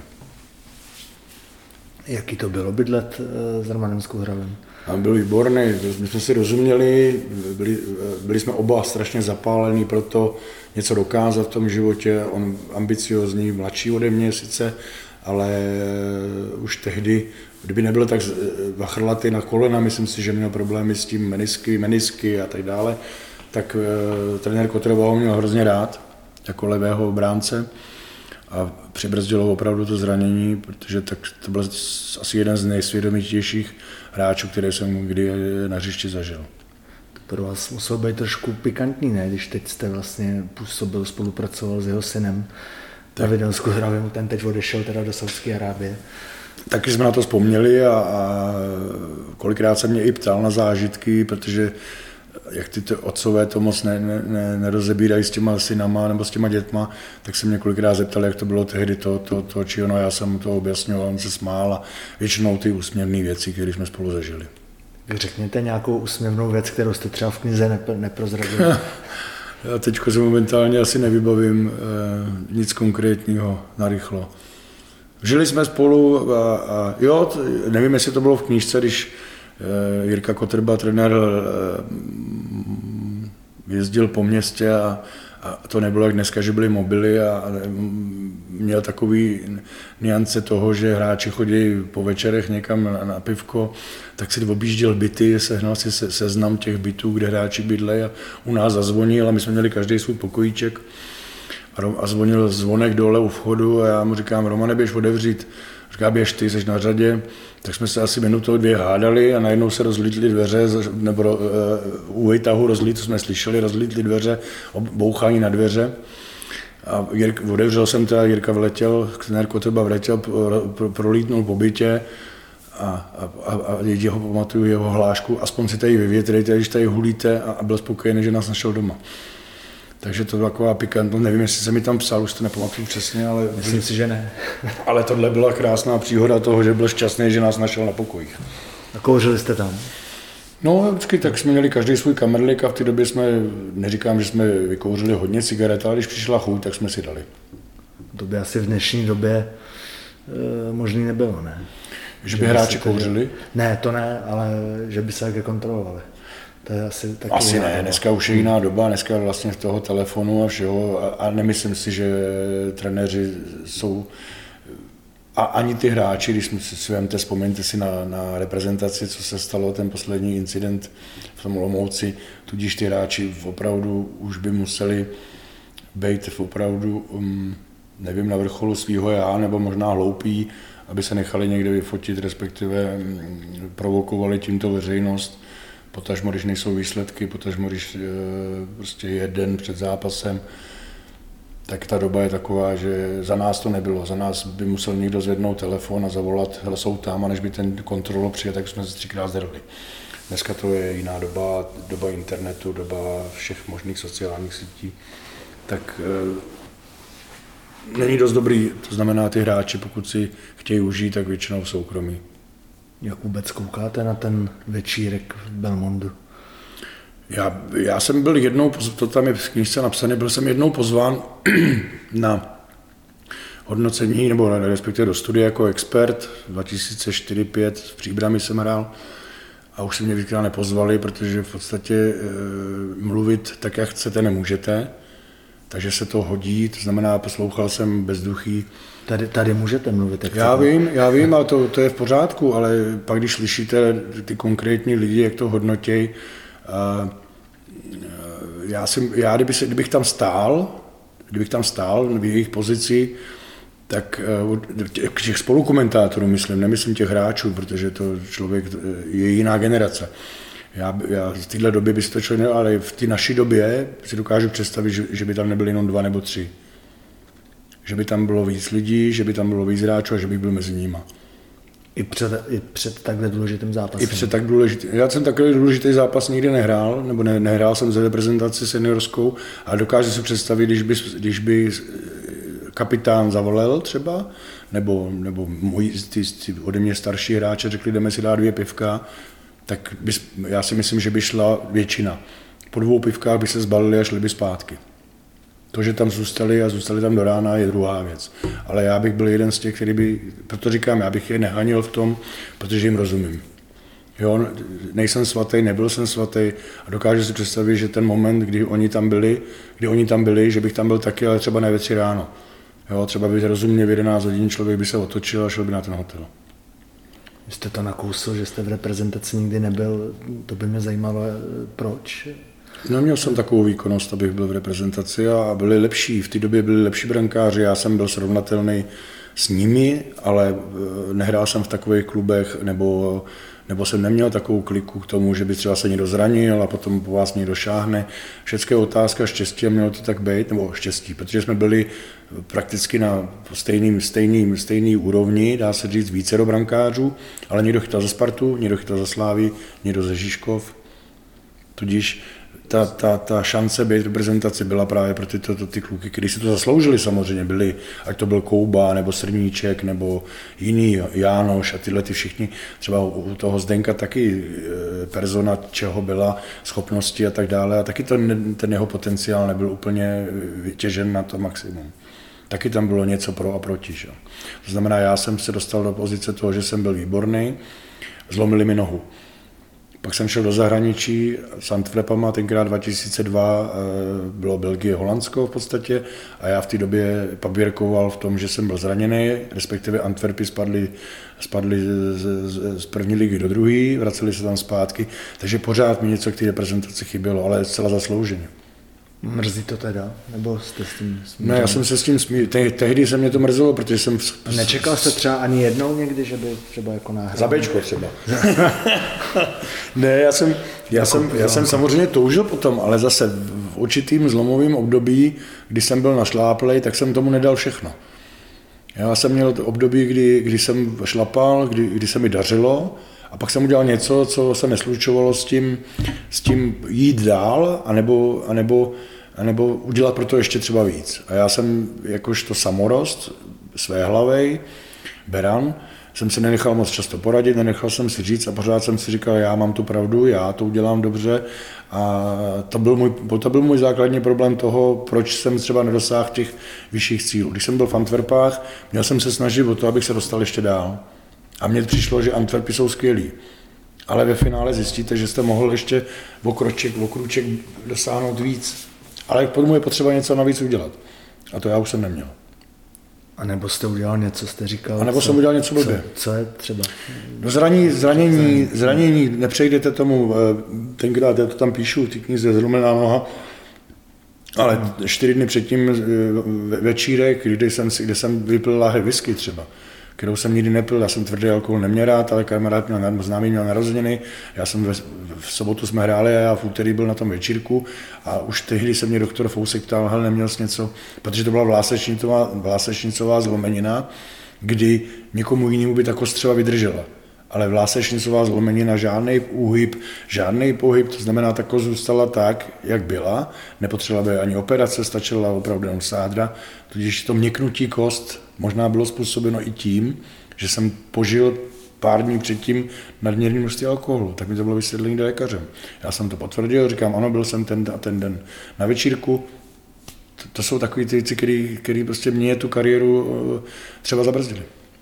Jaký to bylo bydlet s Romanem Skůhravým? A byl výborný, my jsme si rozuměli, byli jsme oba strašně zapálení pro to něco dokázat v tom životě. On ambiciozní, mladší ode mě sice, ale už tehdy, kdyby nebyl tak vachrlatý na kolena, myslím si, že měl problémy s tím menisky a tak dále, tak trenér Kotrova ho měl hrozně rád, jako levého obránce. A přibrzdilo opravdu to zranění, protože to byl asi jeden z nejsvědomitějších hráčů, které jsem kdy na hřišti zažil. To pro vás muselo být trošku pikantní, ne? Když teď jste vlastně působil, spolupracoval s jeho synem Davidem Skůhravým, ten teď odešel teda do Saúdské Arábie. Taky jsme na to vzpomněli a kolikrát se mě i ptal na zážitky, protože jak ty otcové to moc nerozebírají s těma synama nebo s těma dětma, tak se mě kolikrát zeptali, jak to bylo tehdy to či ono, já jsem mu to objasňoval, on se smál a většinou ty úsměvné věci, které jsme spolu zažili. Řekněte nějakou úsměvnou věc, kterou jste třeba v knize neprozradili. Já teď se momentálně asi nevybavím nic konkrétního narychlo. Žili jsme spolu a jo, nevím, jestli to bylo v knížce, když Jirka Kotrba, trenér, jezdil po městě a to nebylo jak dneska, že byly mobily a měl takový niance toho, že hráči chodí po večerech někam na pivko, tak si objížděl byty, sehnal si seznam těch bytů, kde hráči bydlejí a u nás zazvonil a my jsme měli každý svůj pokojíček a zvonil zvonek dole u vchodu a já mu říkám, Romane, běž otevřít. Říká, běž ty, jsi na řadě. Tak jsme se asi minutu 2 hádali a najednou se rozlítly dveře, nebo u výtahu to jsme slyšeli, rozlítly dveře, bouchání na dveře. A otevřel jsem teda, Jirka vletěl, trenér Kotrba vletěl, prolítnul po bytě a ho pamatuju jeho hlášku, aspoň si tady vyvětrejte, když tady hulíte a byl spokojený, že nás našel doma. Takže to byla taková pikantnost, nevím, jestli jsem mi tam psal, už to nepamatuju přesně, ale... Myslím si, že ne. Ale tohle byla krásná příhoda toho, že byl šťastný, že nás našel na pokojích. A kouřili jste tam? No, vždycky tak jsme měli každý svůj kamerlik a v té době jsme, neříkám, že jsme vykouřili hodně cigaret, ale když přišla chuť, tak jsme si dali. To by asi v dnešní době možný nebylo, ne? Že by hráči kouřili? Ne, to ne, ale že by se také kontrolovali. To je asi taky asi ne, dneska už je jiná doba, dneska vlastně v toho telefonu a všeho a nemyslím si, že trenéři jsou a ani ty hráči, když si vemte, vzpomeňte si na reprezentaci, co se stalo, ten poslední incident v tom Olomouci, tudíž ty hráči opravdu už by museli být opravdu, nevím, na vrcholu svýho já, nebo možná hloupí, aby se nechali někde vyfotit, respektive provokovali tímto veřejnost, potažmo, když nejsou výsledky, potažmo, když prostě je den před zápasem, tak ta doba je taková, že za nás to nebylo. Za nás by musel někdo zvednout telefon a zavolat, hele, jsou tam, a než by ten kontrolor přijel, tak jsme se 3krát zdrhli. Dneska to je jiná doba internetu, doba všech možných sociálních sítí. Tak není dost dobrý, to znamená, ty hráči, pokud si chtějí užít, tak většinou v soukromí. Jak vůbec koukáte na ten večírek v Belmondu? Já jsem byl jednou, to tam je v knížce napsané, byl jsem jednou pozván na hodnocení, nebo respektive do studia jako expert, 2004-2005, v Příbrami jsem hrál a už se mě víckrát nepozvali, protože v podstatě mluvit tak, jak chcete, nemůžete, takže se to hodí, to znamená, poslouchal jsem Bezduchý. Tady můžete mluvit, jak Já vím, ale to je v pořádku, ale pak, když slyšíte ty konkrétní lidi, jak to hodnotějí, kdybych tam stál v jejich pozici, tak těch spolukomentátorů nemyslím těch hráčů, protože to člověk je jiná generace. Já v téhle době by si to člověk, ale v té naší době si dokážu představit, že by tam nebyly jenom 2 nebo 3. Že by tam bylo víc lidí, že by tam bylo víc hráčů a že bych byl mezi nimi. I před takhle důležitým zápasem. I před tak důležitým. Já jsem takový důležitý zápas nikdy nehrál, nebo nehrál jsem za reprezentaci seniorskou, a dokážu si představit, když by kapitán zavolal třeba, nebo ty ode mě starší hráče řekli, jdeme si dát 2 pivka, tak já si myslím, že by šla většina. Po 2 pivkách by se zbalili a šli by zpátky. To, že tam zůstali tam do rána, je druhá věc. Ale já bych byl jeden z těch, který by, proto říkám, já bych je nehanil v tom, protože jim rozumím. Jo, nejsem svatý, nebyl jsem svatý a dokážu si představit, že ten moment, kdy oni tam byli, že bych tam byl taky, ale třeba ne ve 3 ráno. Jo, třeba by rozuměl v 11 hodin, člověk by se otočil a šel by na ten hotel. Jste to nakousl, že jste v reprezentaci nikdy nebyl, to by mě zajímalo, proč? No, měl jsem takovou výkonnost, abych byl v reprezentaci a byli lepší, v té době byli lepší brankáři, já jsem byl srovnatelný s nimi, ale nehrál jsem v takových klubech, nebo jsem neměl takovou kliku k tomu, že by třeba se někdo zranil a potom po vás někdo šáhne. Všechno je otázka štěstí a mělo to tak být, nebo štěstí, protože jsme byli prakticky na stejný úrovni, dá se říct vícero brankářů, ale někdo chytal za Spartu, někdo chytal za Slávy, někdo ze Žižkov. Tudíž ta šance být v reprezentaci byla právě pro ty kluky, kteří si to zasloužili samozřejmě, byli, ať to byl Kouba, nebo Srníček, nebo jiný Jánoš a tyhle ty všichni, třeba u toho Zdenka taky persona, čeho byla, schopnosti a tak dále, a taky ten jeho potenciál nebyl úplně vytěžen na to maximum. Taky tam bylo něco pro a proti. Že? To znamená, já jsem se dostal do pozice toho, že jsem byl výborný, zlomili mi nohu. Pak jsem šel do zahraničí s Antwerpama, tenkrát 2002 bylo Belgie, Holandsko v podstatě a já v té době papírkoval v tom, že jsem byl zraněný, respektive Antwerpy spadly z první ligy do druhé, vraceli se tam zpátky, takže pořád mi něco k té reprezentaci chybělo, ale zcela zaslouženě. Mrzí to teda? Nebo jste s tím smířený? Ne, já jsem se s tím smířený. Tehdy se mě to mrzelo, protože jsem... Nečekal jste třeba ani jednou někdy, že by třeba jako náhrál? Za Bčko třeba. Ne, já jsem samozřejmě toužil potom, ale zase v určitým zlomovým období, kdy jsem byl našláplej, tak jsem tomu nedal všechno. Já jsem měl období, kdy jsem šlapal, kdy se mi dařilo, a pak jsem udělal něco, co se neslučovalo s tím jít dál, anebo anebo udělat pro to ještě třeba víc. A já jsem jakožto samorost, svéhlavej, beran, jsem se nenechal moc často poradit, nenechal jsem si říct a pořád jsem si říkal, já mám tu pravdu, já to udělám dobře a to byl můj základní problém toho, proč jsem třeba nedosáhl těch vyšších cílů. Když jsem byl v Antwerpách, měl jsem se snažit o to, abych se dostal ještě dál. A mně přišlo, že Antwerpy jsou skvělý. Ale ve finále zjistíte, že jste mohl ještě o krůček dosáhnout víc. Ale k tomu je potřeba něco navíc udělat. A to já už jsem neměl. A nebo jste udělal něco, jste říkal? A nebo jsem udělal něco blbě. Co je třeba? No zranění, nepřejdete tomu, tenkrát já to tam píšu v té knize Zlomená noha, ale 4 dny předtím večírek, kde jsem vypil láhev whisky třeba, kterou jsem nikdy nepil, já jsem tvrdý alkohol neměl rád, ale kamarád známý měl narozeniny, v sobotu jsme hráli a já v úterý byl na tom večírku a už tehdy se mě doktor Fousek ptal, hele, neměl jsi něco, protože to byla vlásečnicová zlomenina, kdy někomu jinému by ta kost třeba vydržela. Ale vlásečnicová zlomenina, žádný pohyb, to znamená, ta kost zůstala tak, jak byla, nepotřebovala by ani operace, stačila opravdu jen sádra, tudíž to měknutí kost možná bylo způsobeno i tím, že jsem požil pár dní předtím nadměrné množství alkoholu, tak mi to bylo vysvětlení do lékaře. Já jsem to potvrdil, říkám, ano, byl jsem ten den na večírku. To jsou takové ty věci, které prostě mě tu kariéru třeba zabrzdily.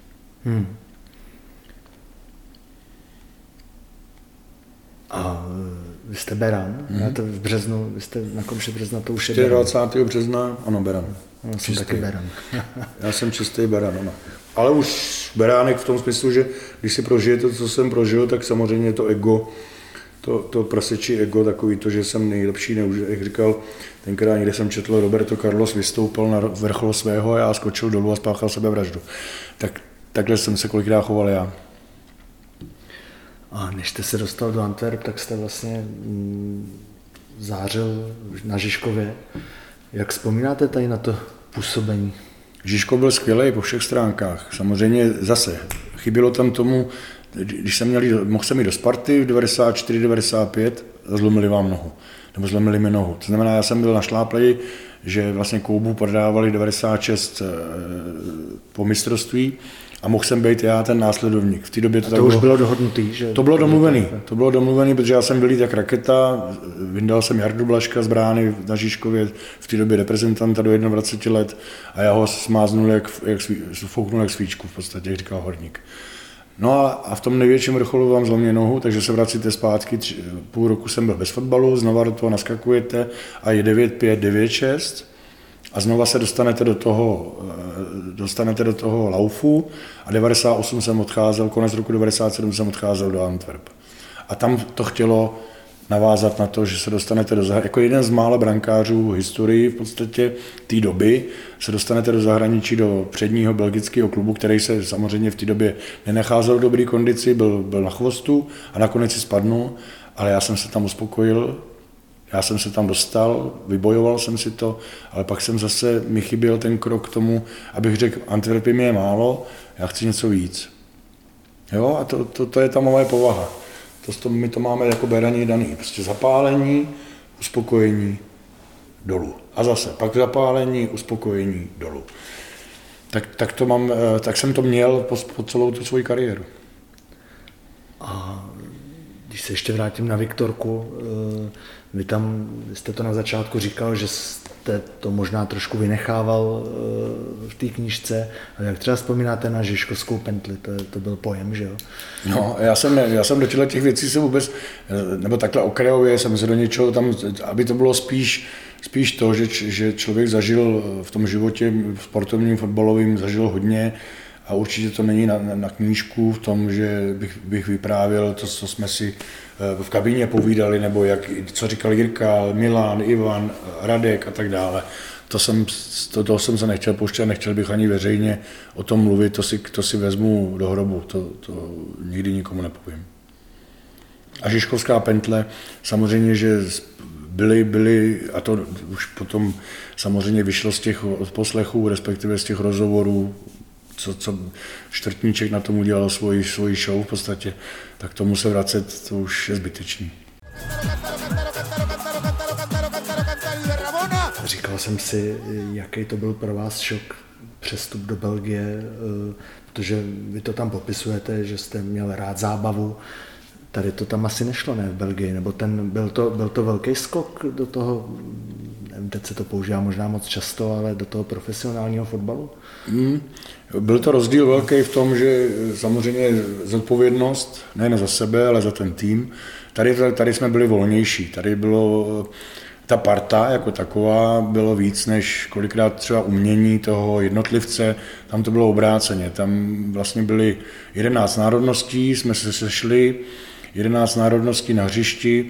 A vy jste beran, v březnu, vy jste na konci března, to už je 24. března, ano, beran. Já jsem taky beran. Já jsem čistý beran, ano. Ale už beránek v tom smyslu, že když si prožijete to, co jsem prožil, tak samozřejmě to ego, to prasečí ego, takový to, že jsem nejlepší, jak říkal, tenkrát někde jsem četl, Roberto Carlos vystoupil na vrchol svého a já skočil dolů a spáchal sebevraždu. Takhle jsem se kolikrát choval já. A než jste se dostal do Antwerp, tak jste vlastně zářil na Žižkově. Jak vzpomínáte tady na to působení? Žižkov byl skvělý po všech stránkách. Samozřejmě zase chybělo tam tomu, když mohl jsem jít do Sparty v 94-95 a zlomili vám nohu. Nebo zlomili mi nohu. To znamená, já jsem byl našláplej, že vlastně Koubu prodávali 96 po mistrovství a mohl jsem být já ten následovník. V té době to už bylo dohodnutý, že? To bylo domluvený, protože já jsem byl jak raketa, vyndal jsem Jardu Blažka z brány na Žižkově, v té době reprezentanta do 21 let a já ho smáznul, fouknul jak svíčku v podstatě, jak říkal Horník. No a v tom největším vrcholu vám zlomí nohu, takže se vracíte zpátky, půl roku jsem byl bez fotbalu, znova do toho naskakujete a je 9-5, 9-6 a znova se dostanete do toho laufu a 98 jsem odcházel, konec roku 97 jsem odcházel do Antwerp. A tam to chtělo navázat na to, že se dostanete do zahraničí, jako jeden z mála brankářů v historii v podstatě té doby, se dostanete do zahraničí do předního belgického klubu, který se samozřejmě v té době nenacházel v dobré kondici, byl na chvostu a nakonec si spadnul, ale já jsem se tam uspokojil, já jsem se tam dostal, vybojoval jsem si to, ale pak mi chyběl ten krok k tomu, abych řekl, Antwerpy mi je málo, já chci něco víc. Jo, a to je ta moje povaha. My to máme jako berani daný. Prostě zapálení, uspokojení, dolů. A zase, pak zapálení, uspokojení, dolů. Tak jsem to měl po celou tu svoji kariéru. A když se ještě vrátím na Viktorku, vy jste to na začátku říkal, že jste to možná trošku vynechával v té knížce. A jak třeba vzpomínáte na Žižkovskou pentli, to byl pojem, že jo? No, já jsem do těch věcí se vůbec, nebo takhle okrajově jsem se do něčeho tam, aby to bylo spíš to, že člověk zažil v tom životě sportovním, fotbalovým, zažil hodně a určitě to není na knížku v tom, že bych vyprávěl to, co jsme si v kabině povídali, nebo co říkal Jirka, Milan, Ivan, Radek a tak dále. Toho jsem se nechtěl pouštět, nechtěl bych ani veřejně o tom mluvit, to si vezmu do hrobu, to nikdy nikomu nepovím. A Žižkovská pentle, samozřejmě, že byly, a to už potom samozřejmě vyšlo z těch odposlechů, respektive z těch rozhovorů, co Čtvrtníček na tom udělal svoji show v podstatě, tak tomu se vracet, to už je zbytečný. jsem si, jaký to byl pro vás šok přestup do Belgie, protože vy to tam popisujete, že jste měl rád zábavu. Tady to tam asi nešlo, ne v Belgii, nebo byl to velký skok do toho, nevím, teď se to používá možná moc často, ale do toho profesionálního fotbalu? Byl to rozdíl velký v tom, že samozřejmě zodpovědnost nejen za sebe, ale za ten tým. Tady jsme byli volnější, tady bylo ta parta jako taková bylo víc než kolikrát třeba umění toho jednotlivce, tam to bylo obráceně, tam vlastně byly 11 národností, jsme se sešli, 11 národností na hřišti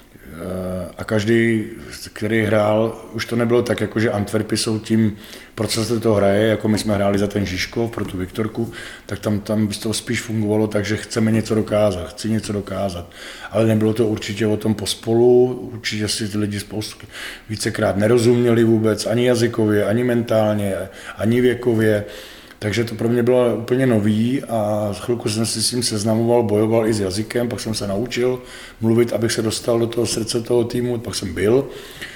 a každý, který hrál, už to nebylo tak, jako že Antwerpy jsou tím, proč se to hraje, jako my jsme hráli za ten Žižkov, pro tu Viktorku, tak tam by to spíš fungovalo tak, že chceme něco dokázat, chci něco dokázat. Ale nebylo to určitě o tom pospolu, určitě si ty lidi spoustu vícekrát nerozuměli vůbec, ani jazykově, ani mentálně, ani věkově. Takže to pro mě bylo úplně nový a chvilku jsem si s tím seznamoval, bojoval i s jazykem, pak jsem se naučil mluvit, abych se dostal do toho srdce toho týmu, pak jsem byl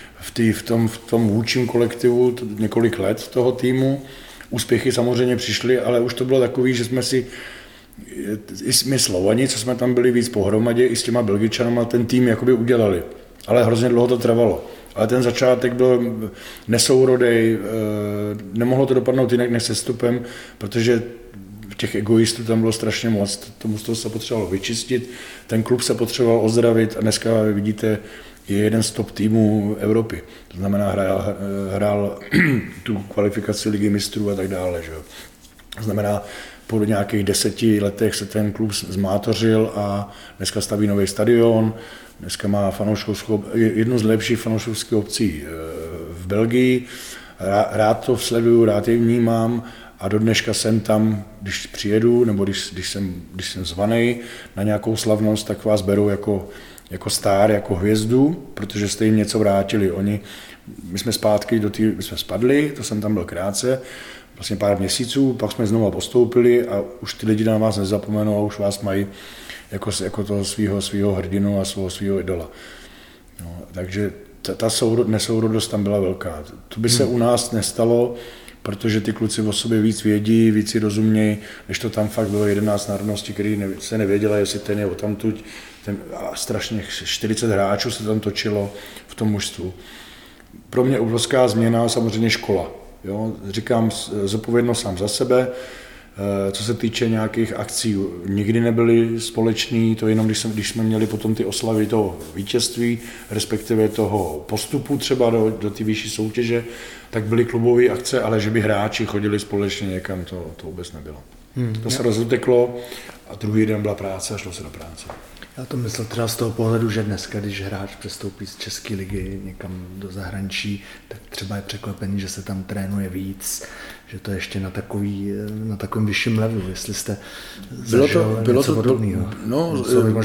v tom vůdčím kolektivu několik let toho týmu. Úspěchy samozřejmě přišly, ale už to bylo takový, že jsme si, i my Slovani, co jsme tam byli víc pohromadě, i s těma Belgičanama ten tým jakoby udělali, ale hrozně dlouho to trvalo. Ale ten začátek byl nesourodej, nemohlo to dopadnout jinak než sestupem, protože těch egoistů tam bylo strašně moc, tomu z toho se potřebovalo vyčistit, ten klub se potřeboval ozdravit a dneska vidíte, je jeden z top týmů Evropy. To znamená, hrál tu kvalifikaci Ligy mistrů a tak dále. Že? To znamená, po nějakých 10 letech se ten klub zmátořil a dneska staví nový stadion, dneska má jednu z lepších fanouškovských obcí v Belgii. Rád to sleduju, rád je vnímám a do dneška jsem tam, když přijedu nebo když jsem zvaný na nějakou slavnost, tak vás berou jako star, jako hvězdu, protože jste jim něco vrátili. My jsme zpátky my jsme spadli, to jsem tam byl krátce, vlastně pár měsíců, pak jsme znovu postoupili a už ty lidi na vás nezapomenou a už vás mají jako toho svého hrdinu a svého idola. No, takže ta nesourodost tam byla velká. To by se u nás nestalo, protože ty kluci o sobě víc vědí, víc si rozumějí, než to tam fakt bylo 11 národností, který se nevěděla, jestli ten je odtamtud. Strašně 40 hráčů se tam točilo v tom mužstvu. Pro mě obrovská změna samozřejmě škola. Jo? Říkám zodpovědnost sám za sebe, co se týče nějakých akcí, nikdy nebyly společný, to jenom když jsme měli potom ty oslavy toho vítězství, respektive toho postupu třeba do té vyšší soutěže, tak byly klubové akce, ale že by hráči chodili společně někam, to vůbec nebylo. To se rozuteklo a druhý den byla práce a šlo se do práce. Já to myslel třeba z toho pohledu, že dneska, když hráč přestoupí z České ligy někam do zahraničí, tak třeba je překvapený, že se tam trénuje víc, že to je ještě na takovém vyšším levelu, jestli jste zažil něco podobného. No,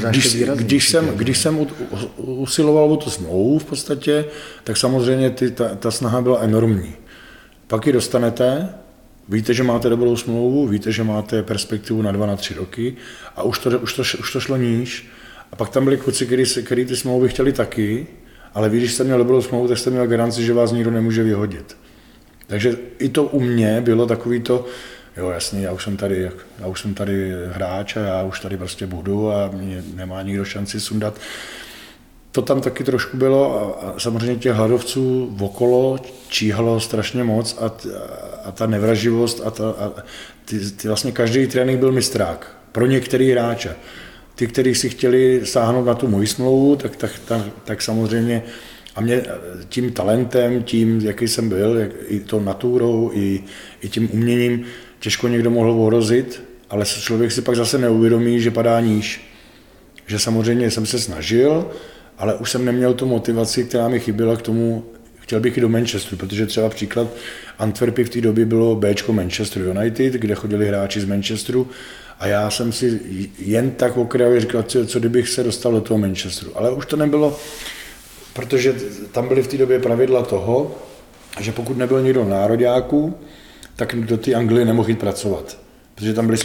když jsem usiloval o tu smlouvu v podstatě, tak samozřejmě ta snaha byla enormní. Pak ji dostanete, víte, že máte dobrou smlouvu, víte, že máte perspektivu na 2, na 3 roky a už to šlo níž. A pak tam byli kluci, kteří ty smlouvy chtěli taky, ale vy, když jste měl dobrou smlouvu, tak jste měl garanci, že vás nikdo nemůže vyhodit. Takže i to u mě bylo takový to, jo jasně, já už jsem tady hráč a já už tady prostě budu a mě nemá nikdo šanci sundat. To tam taky trošku bylo a samozřejmě těch hladovců okolo číhalo strašně moc a ta nevraživost a ty vlastně každý trénink byl mistrák pro některý hráče. Ty, kteří si chtěli sáhnout na tu moji smlouvu, tak samozřejmě a mě tím talentem, tím, jaký jsem byl, i tou naturou, i tím uměním, těžko někdo mohl ohrozit, ale člověk si pak zase neuvědomí, že padá níž. Že samozřejmě jsem se snažil, ale už jsem neměl tu motivaci, která mi chyběla k tomu, chtěl bych i do Manchesteru, protože třeba příklad Antwerpy v té době bylo Bčko Manchester United, kde chodili hráči z Manchesteru a já jsem si jen tak okrajově říkal, co kdybych se dostal do toho Manchesteru. Ale už to nebylo, protože tam byly v té době pravidla toho, že pokud nebyl někdo nároďáků, tak do té Anglie nemohl jít pracovat, protože tam byly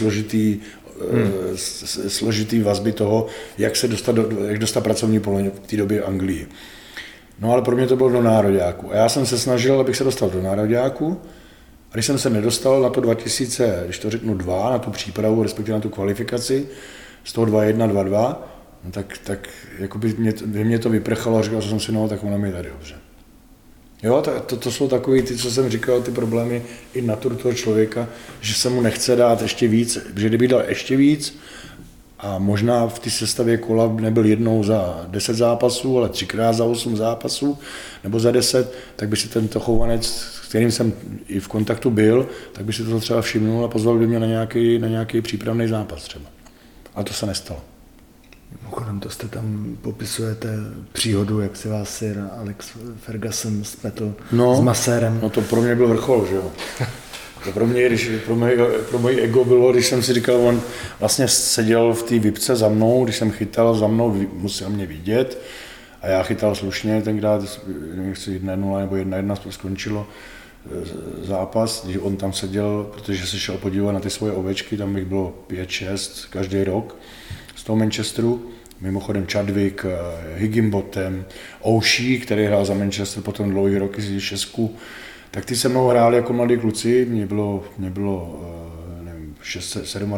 složitý vazby toho, jak dostat pracovní povolení v té době v Anglii. No ale pro mě to bylo do nároďáku. A já jsem se snažil, abych se dostal do nároďáku. A když jsem se nedostal na to 2000, když to řeknu 2, na tu přípravu, respektive na tu kvalifikaci, z toho 2-1, 2-2, no tak jakoby mě to vyprchalo a říkal jsem si, no tak ono mi je tady dobře. Jo, to jsou takový ty, co jsem říkal, ty problémy i naturu toho člověka, že se mu nechce dát ještě víc, že kdyby dal ještě víc a možná v té sestavě kola nebyl jednou za 10 zápasů, ale 3krát za 8 zápasů nebo za 10, tak by si tento chovanec, s kterým jsem i v kontaktu byl, tak by si to třeba všimnul a pozval by mě na nějaký přípravný zápas třeba. A to se nestalo. Mimochodem, to jste tam popisujete příhodu, jak si vás sir Alex Ferguson spletl s masérem. No to pro mě byl vrchol, že jo. To pro moje ego bylo, když jsem si říkal, on vlastně seděl v té vipce za mnou, když jsem chytal za mnou, musel mě vidět a já chytal slušně, tenkrát, nevím, jestli 1-0 nebo 1-1 skončilo zápas, když on tam seděl, protože se šel podívat na ty svoje ovečky, tam bych bylo 5-6 každý rok z toho Manchesteru, mimochodem Chadwick, Higginbottom, O'Shea, který hrál za Manchester potom dlouhý roky z Česku, tak ty se mnou hráli jako mladí kluci, mě bylo nevím, 27,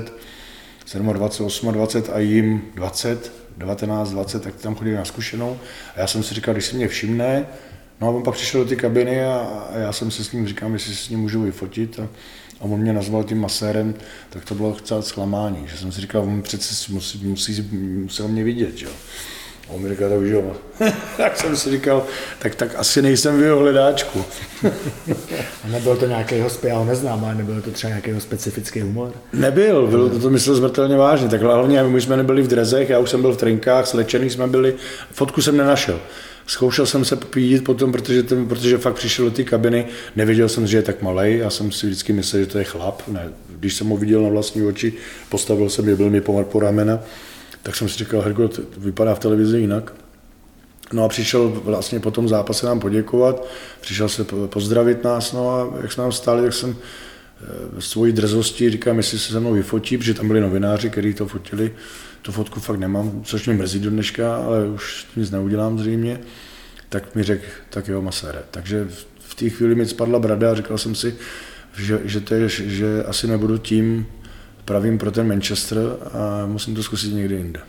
28 a jim 20, 19, 20, tak tam chodili na zkušenou. A já jsem si říkal, když si mě všimne, no a on pak přišel do té kabiny a já jsem se s ním říkal, jestli si s ním můžu vyfotit. A on mě nazval tím masérem, tak to bylo docela zklamání, že jsem si říkal, on přece musel mě vidět, jo. A on mi říkal, tak už jo. Tak jsem si říkal, tak asi nejsem v jeho hledáčku. A nebyl to nějaký já ho neznám, ale nebyl to třeba nějaký specifický humor? Nebyl, to myslel smrtelně vážně, tak hlavně my jsme nebyli v drezech, já už jsem byl v trenkách, slečený jsme byli, fotku jsem nenašel. Zkoušel jsem se popídit potom, protože fakt přišel do té kabiny, nevěděl jsem, že je tak malej, já jsem si vždycky myslel, že to je chlap, ne. Když jsem ho viděl na vlastní oči, postavil jsem je, byl mi po ramena, tak jsem si říkal, Herko, vypadá v televizi jinak. No a přišel vlastně po tom zápase nám poděkovat, přišel se pozdravit nás, no a jak jsme tam stáli, tak jsem svojí drzosti říkám, jestli se mnou vyfotí, protože tam byli novináři, kteří to fotili, tu fotku fakt nemám, což mě mrzí do dneška, ale už nic neudělám zřejmě, tak mi řekl, tak jo, masére. Takže v té chvíli mi spadla brada a říkal jsem si, že asi nebudu tím pravým pro ten Manchester a musím to zkusit někde jinde.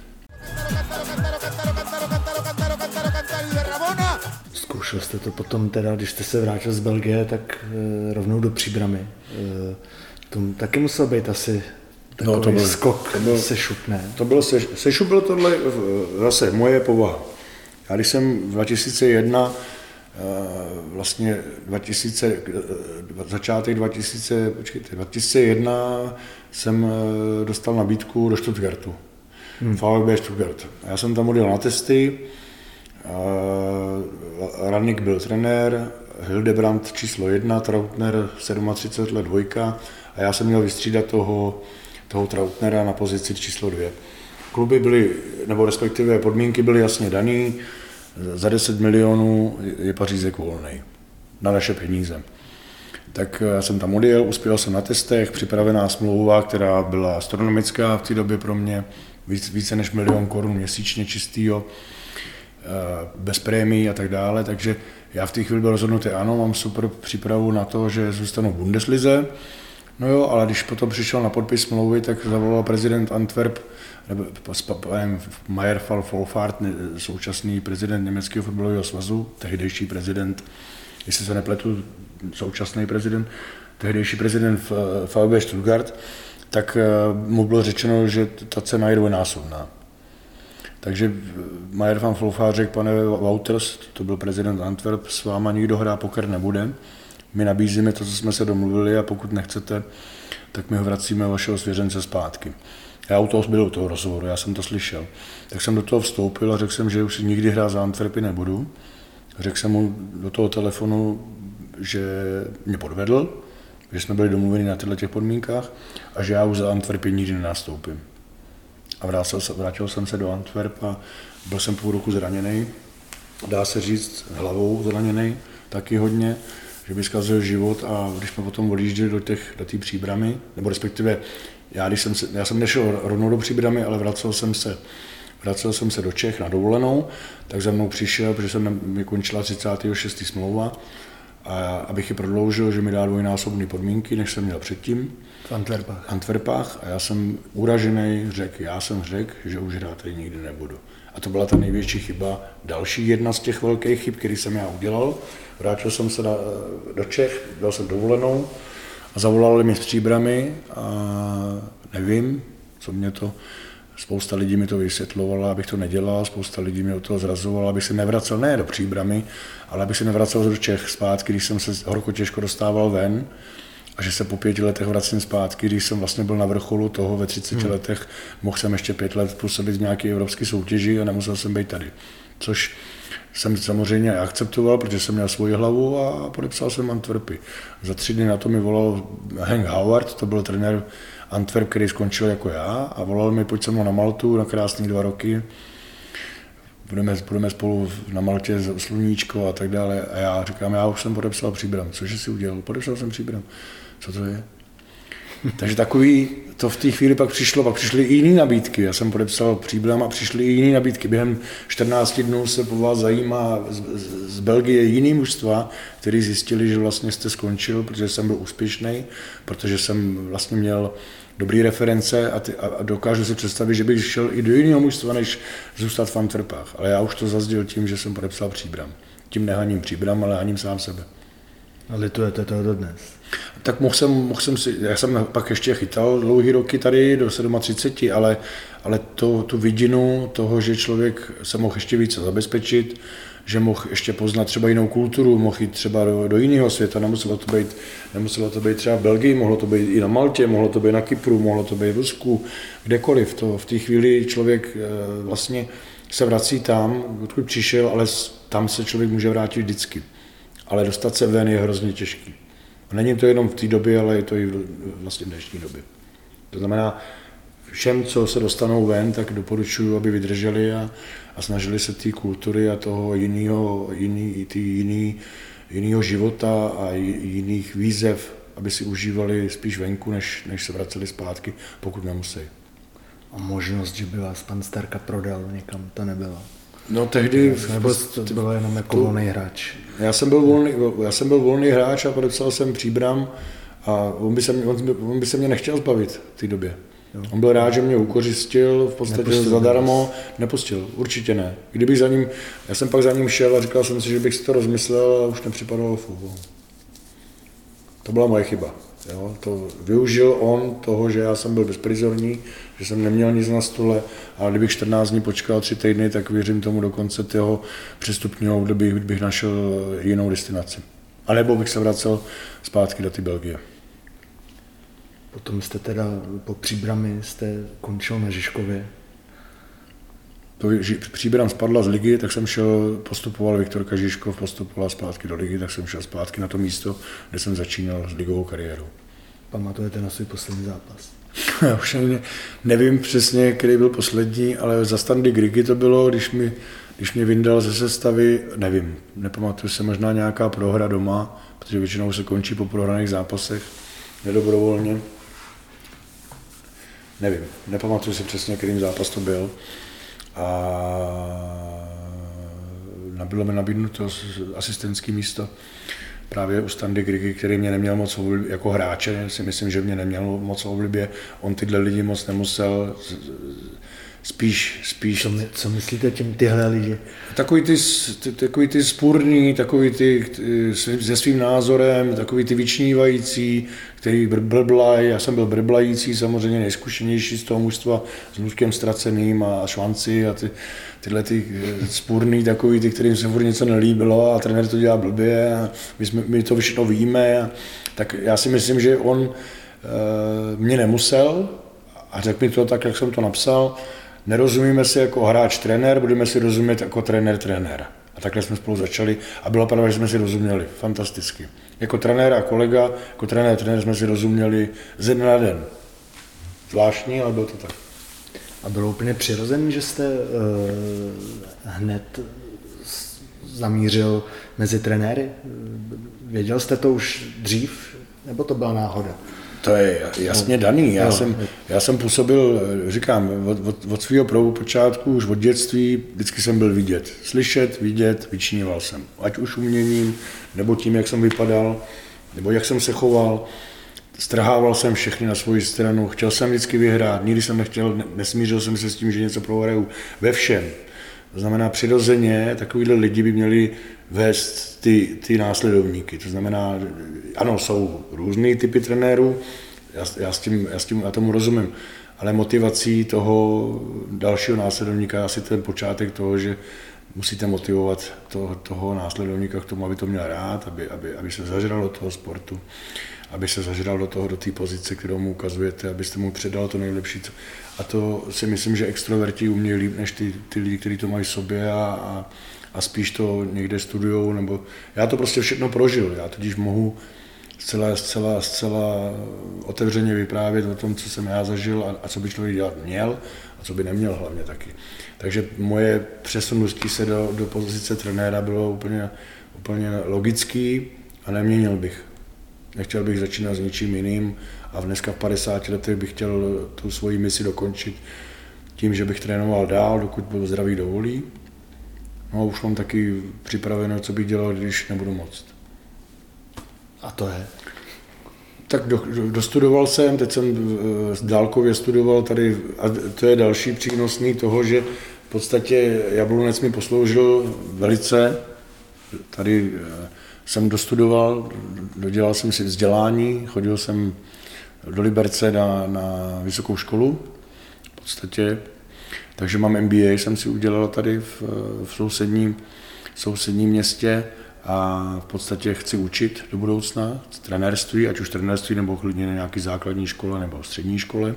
Zkoušel jste to potom teda, když jste se vrátil z Belgie, tak rovnou do Příbramy. To taky musel být asi takový to byl skok, sešup, ne? To bylo sešup, bylo tohle zase moje povaha. Já když jsem 2001, vlastně 2000, začátek 2001 jsem dostal nabídku do Stuttgartu, VfB Stuttgart. Já jsem tam odjel na testy, Rannik byl trenér, Hildebrandt číslo 1, Trautner 37 let 2 a já jsem měl vystřídat toho Trautnera na pozici číslo 2. Kluby byly, nebo respektive podmínky byly jasně daný, za 10 milionů je Pařízek volnej na naše peníze. Tak já jsem tam odjel, uspěl jsem na testech, připravená smlouva, která byla astronomická v té době pro mě, více než 1 000 000 korun měsíčně čistýho, bez prémií a tak dále, takže já v té chvíli byl rozhodnutý, ano, mám super přípravu na to, že zůstanu v Bundeslize, no jo, ale když potom přišel na podpis smlouvy, tak zavolal prezident Antwerp, nebo Meyer Wolfhard, současný prezident Německého fotbalového svazu, tehdejší prezident, jestli se nepletu, současný prezident, tehdejší prezident VfB Stuttgart, tak mu bylo řečeno, že ta cena je dvojnásobná. Takže Meyer van Wolfhard řekl, pane Wouters, to byl prezident Antwerp, s váma nikdo hrát poker nebude, my nabízíme to, co jsme se domluvili a pokud nechcete, tak my ho vracíme vašeho svěřence zpátky. Já u toho byl u toho rozhovoru, já jsem to slyšel. Tak jsem do toho vstoupil a řekl jsem, že už si nikdy hrát za Antwerpy nebudu. Řekl jsem mu do toho telefonu, že mě podvedl, že jsme byli domluveni na těchto podmínkách a že já už za Antwerpy nikdy nenastoupím. A vrátil jsem se do Antwerp a byl jsem půl roku zraněný, dá se říct hlavou zraněný, taky hodně, že by zkazil život a když jsme potom odjížděli do té Příbramy, nebo respektive já jsem nešel rovnou do Příbramy, ale vracel jsem se vracel jsem se do Čech na dovolenou, tak za mnou přišel, protože jsem mi končila 36. smlouva, a abych ji prodloužil, že mi dá dvojnásobné podmínky, než jsem měl předtím. V Antwerpách. Antwerpách a já jsem uražený řekl, že už hrát tady nikdy nebudu. A to byla ta největší chyba. Další jedna z těch velkých chyb, který jsem já udělal. Vrátil jsem se do Čech, dal jsem dovolenou a zavolali mi s Příbrami a nevím, co mě to, spousta lidí mi to vysvětlovala, abych to nedělal, spousta lidí mi od toho zrazovala, abych se nevracel, ne do Příbrami, ale abych se nevracel do Čech zpátky, když jsem se horko těžko dostával ven. A že se po 5 letech vracím zpátky, když jsem vlastně byl na vrcholu toho ve 30 letech, mohl jsem ještě 5 let působit v nějaké evropské soutěži a nemusel jsem být tady. Což jsem samozřejmě akceptoval, protože jsem měl svoji hlavu a podepsal jsem Antwerpy. Za 3 dny na to mi volal Hank Howard, to byl trenér Antwerp, který skončil jako já a volal mi, pojď se mnou na Maltu na krásný 2 roky. Budeme spolu na Maltě, sluníčko a tak dále. A já říkám, já už jsem podepsal Příbram. Cože jsi udělal? Podepsal jsem Příbram. Co to je? Takže takový, to v té chvíli pak přišly i jiné nabídky. Já jsem podepsal Příbram a přišly i jiné nabídky. Během 14 dnů se po vás zajímá z Belgie jiný mužstva, který zjistili, že vlastně jste skončil, protože jsem byl úspěšný, protože jsem vlastně měl dobrý reference a dokážu si představit, že bych šel i do jiného mužstva, než zůstat v Antwerpách. Ale já už to zazděl tím, že jsem podepsal Příbram. Tím nehaním Příbram, ale haním sám sebe. A litujete toho dodnes? Tak mohl jsem si, já jsem pak ještě chytal dlouhý roky tady do 37, ale tu vidinu toho, že člověk se mohl ještě více zabezpečit, že mohl ještě poznat třeba jinou kulturu, mohl jít třeba do jiného světa, nemuselo to být třeba v Belgii, mohlo to být i na Maltě, mohlo to být na Kypru, mohlo to být v Rusku, kdekoliv. To v té chvíli člověk vlastně se vrací tam, odkud přišel, ale tam se člověk může vrátit vždycky. Ale dostat se ven je hrozně těžký. A není to jenom v té době, ale je to i vlastně v dnešní době. To znamená, všem, co se dostanou ven, tak doporučuji, aby vydrželi a snažili se té kultury a toho jiného života a jiných výzev, aby si užívali spíš venku, než se vraceli zpátky, pokud nemusí. A možnost, že by vás pan Starka prodal někam, to nebylo? No tehdy... Nebo to bylo jenom jako volný hráč? Já jsem byl volný hráč a podepsal jsem Příbram a on by se mě nechtěl zbavit v té době. Jo. On byl rád, že mě ukořistil, v podstatě zadarmo, nepustil, určitě ne. Já jsem pak za ním šel a říkal jsem si, že bych si to rozmyslel a už nepřipadalo v úvahu. To byla moje chyba. Jo. To využil on toho, že já jsem byl bezprizorní, že jsem neměl nic na stole, ale kdybych 14 dní počkal 3 týdny, tak věřím tomu do konce toho přestupního období bych našel jinou destinaci. A nebo bych se vracel zpátky do té Belgie. Potom jste teda po Příbrami končil na Žižkově. Příbram spadla z ligy, tak jsem postupoval Viktorka Žižkov, postupovala zpátky do ligy, tak jsem šel zpátky na to místo, kde jsem začínal s ligovou kariérou. Pamatujete na svůj poslední zápas? Já už nevím přesně, který byl poslední, ale za Standy Grigy to bylo, když mě vyndal ze sestavy, nevím, nepamatuju se, možná nějaká prohra doma, protože většinou se končí po prohraných zápasech, nedobrovolně. Nevím, nepamatuju si přesně, kterým zápas to byl. A bylo mi nabídnuto asistentské místo právě u Standy Grigy, který mě neměl moc oblibě, jako hráče, si myslím, že mě neměl moc oblibě. On tyhle lidi moc nemusel, spíš. Co myslíte tyhle lidi? Takový ty spurný, takový ty se svým názorem, takový ty vyčnívající, který brblají. Já jsem byl brblající, samozřejmě nejzkušenější z toho mužstva s Luďkem Ztraceným a Švanci a tyhle ty spurný, takový ty, kterým se furt něco nelíbilo a trenér to dělá blbě a my to všechno víme. Tak já si myslím, že on mě nemusel a řekl mi to tak, jak jsem to napsal. Nerozumíme si jako hráč-trenér, budeme si rozumět jako trenér. A takhle jsme spolu začali a byla pravda, že jsme si rozuměli. Fantasticky. Jako trenér a kolega, jako trenér jsme si rozuměli ze dne na den. Zvláštní, ale bylo to tak. A bylo úplně přirozené, že jste hned zamířil mezi trenéry? Věděl jste to už dřív, nebo to byla náhoda? To je jasně daný. Já jsem působil, říkám, od svého počátku, už od dětství, vždycky jsem byl vidět. Slyšet, vidět, vyčníval jsem. Ať už uměním, nebo tím, jak jsem vypadal, nebo jak jsem se choval. Strhával jsem všechny na svoji stranu, chtěl jsem vždycky vyhrát, nikdy jsem nesmířil jsem se s tím, že něco prohraju ve všem. To znamená, přirozeně takovýhle lidi by měli vést ty následovníky. To znamená, ano, jsou různý typy trenérů, já tomu rozumím, ale motivací toho dalšího následovníka je asi ten počátek toho, že musíte motivovat toho následovníka k tomu, aby to měl rád, aby se zažral do toho sportu, aby se zažral do té pozice, kterou mu ukazujete, abyste mu předal to nejlepší. A to si myslím, že extroverti umějí líp než ty lidi, kteří to mají v sobě a spíš to někde studujou, nebo já to prostě všechno prožil, já totiž mohu zcela otevřeně vyprávět o tom, co jsem já zažil a co by člověk dělat měl a co by neměl hlavně taky. Takže moje přesunutí se do pozice trenéra bylo úplně logický a neměnil bych. Nechtěl bych začínat s ničím jiným a dneska v 50 letech bych chtěl tu svoji misi dokončit tím, že bych trénoval dál, dokud zdraví dovolí. No a už mám taky připraveno, co bych dělal, když nebudu moct. A to je? Tak dostudoval jsem, teď jsem dálkově studoval tady, a to je další přínosný toho, že v podstatě Jablonec mi posloužil velice. Tady jsem dostudoval, dodělal jsem si vzdělání, chodil jsem do Liberce na vysokou školu v podstatě, takže mám MBA, jsem si udělal tady v sousedním městě a v podstatě chci učit do budoucna trenérství, ať už trenérství nebo klidně na nějaké základní škole nebo střední škole.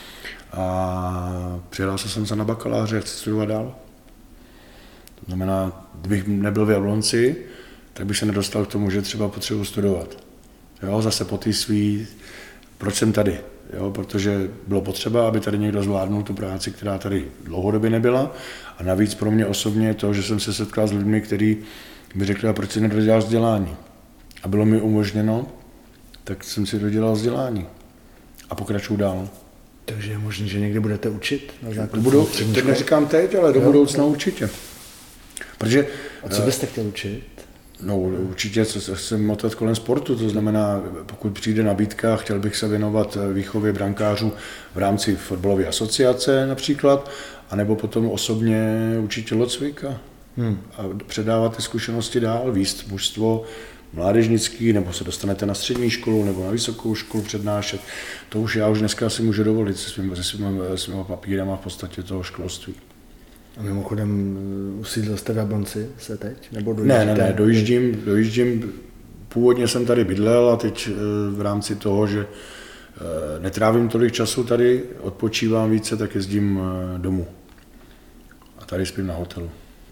A přihlásil jsem se na bakaláře a chci studovat dál. To znamená, kdybych nebyl v Jablonci, tak bych se nedostal k tomu, že třeba potřebuji studovat. Jo, zase po té svý, proč jsem tady? Jo, protože bylo potřeba, aby tady někdo zvládnul tu práci, která tady dlouhodobě nebyla. A navíc pro mě osobně to, že jsem se setkal s lidmi, kteří mi řekli, a proč si nedodělal vzdělání. A bylo mi umožněno, tak jsem si dodělal vzdělání. A pokračuju dál. Takže je možné, že někdy budete učit? Teď neříkám teď, ale do budoucna určitě. Protože, a co byste chtěl učit? No určitě se motat kolem sportu, to znamená, pokud přijde nabídka, chtěl bych se věnovat výchově brankářů v rámci fotbalové asociace například, anebo potom osobně učit tělocvika a předávat ty zkušenosti dál, vést mužstvo mládežnický, nebo se dostanete na střední školu, nebo na vysokou školu přednášet. To už já dneska si můžu dovolit se svýma papírama v podstatě toho školství. A mimochodem usídlil jste v Jablonci se teď? Nebo ne, dojíždím. Původně jsem tady bydlel a teď v rámci toho, že netrávím tolik času tady, odpočívám více, tak jezdím domů. A tady spím na hotelu.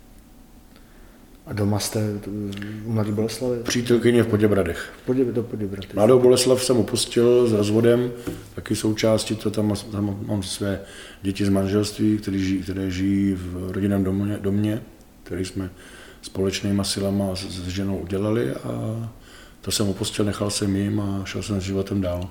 A doma jste u Mladé Boleslavi? Přítelkyně v Poděbradech. Do Poděbrad. Mladou Boleslav jsem opustil s rozvodem, taky součástí to, tam mám své děti z manželství, které žijí v rodinném domě, který jsme společnýma silama s ženou udělali a to jsem opustil, nechal jsem jim a šel jsem s životem dál.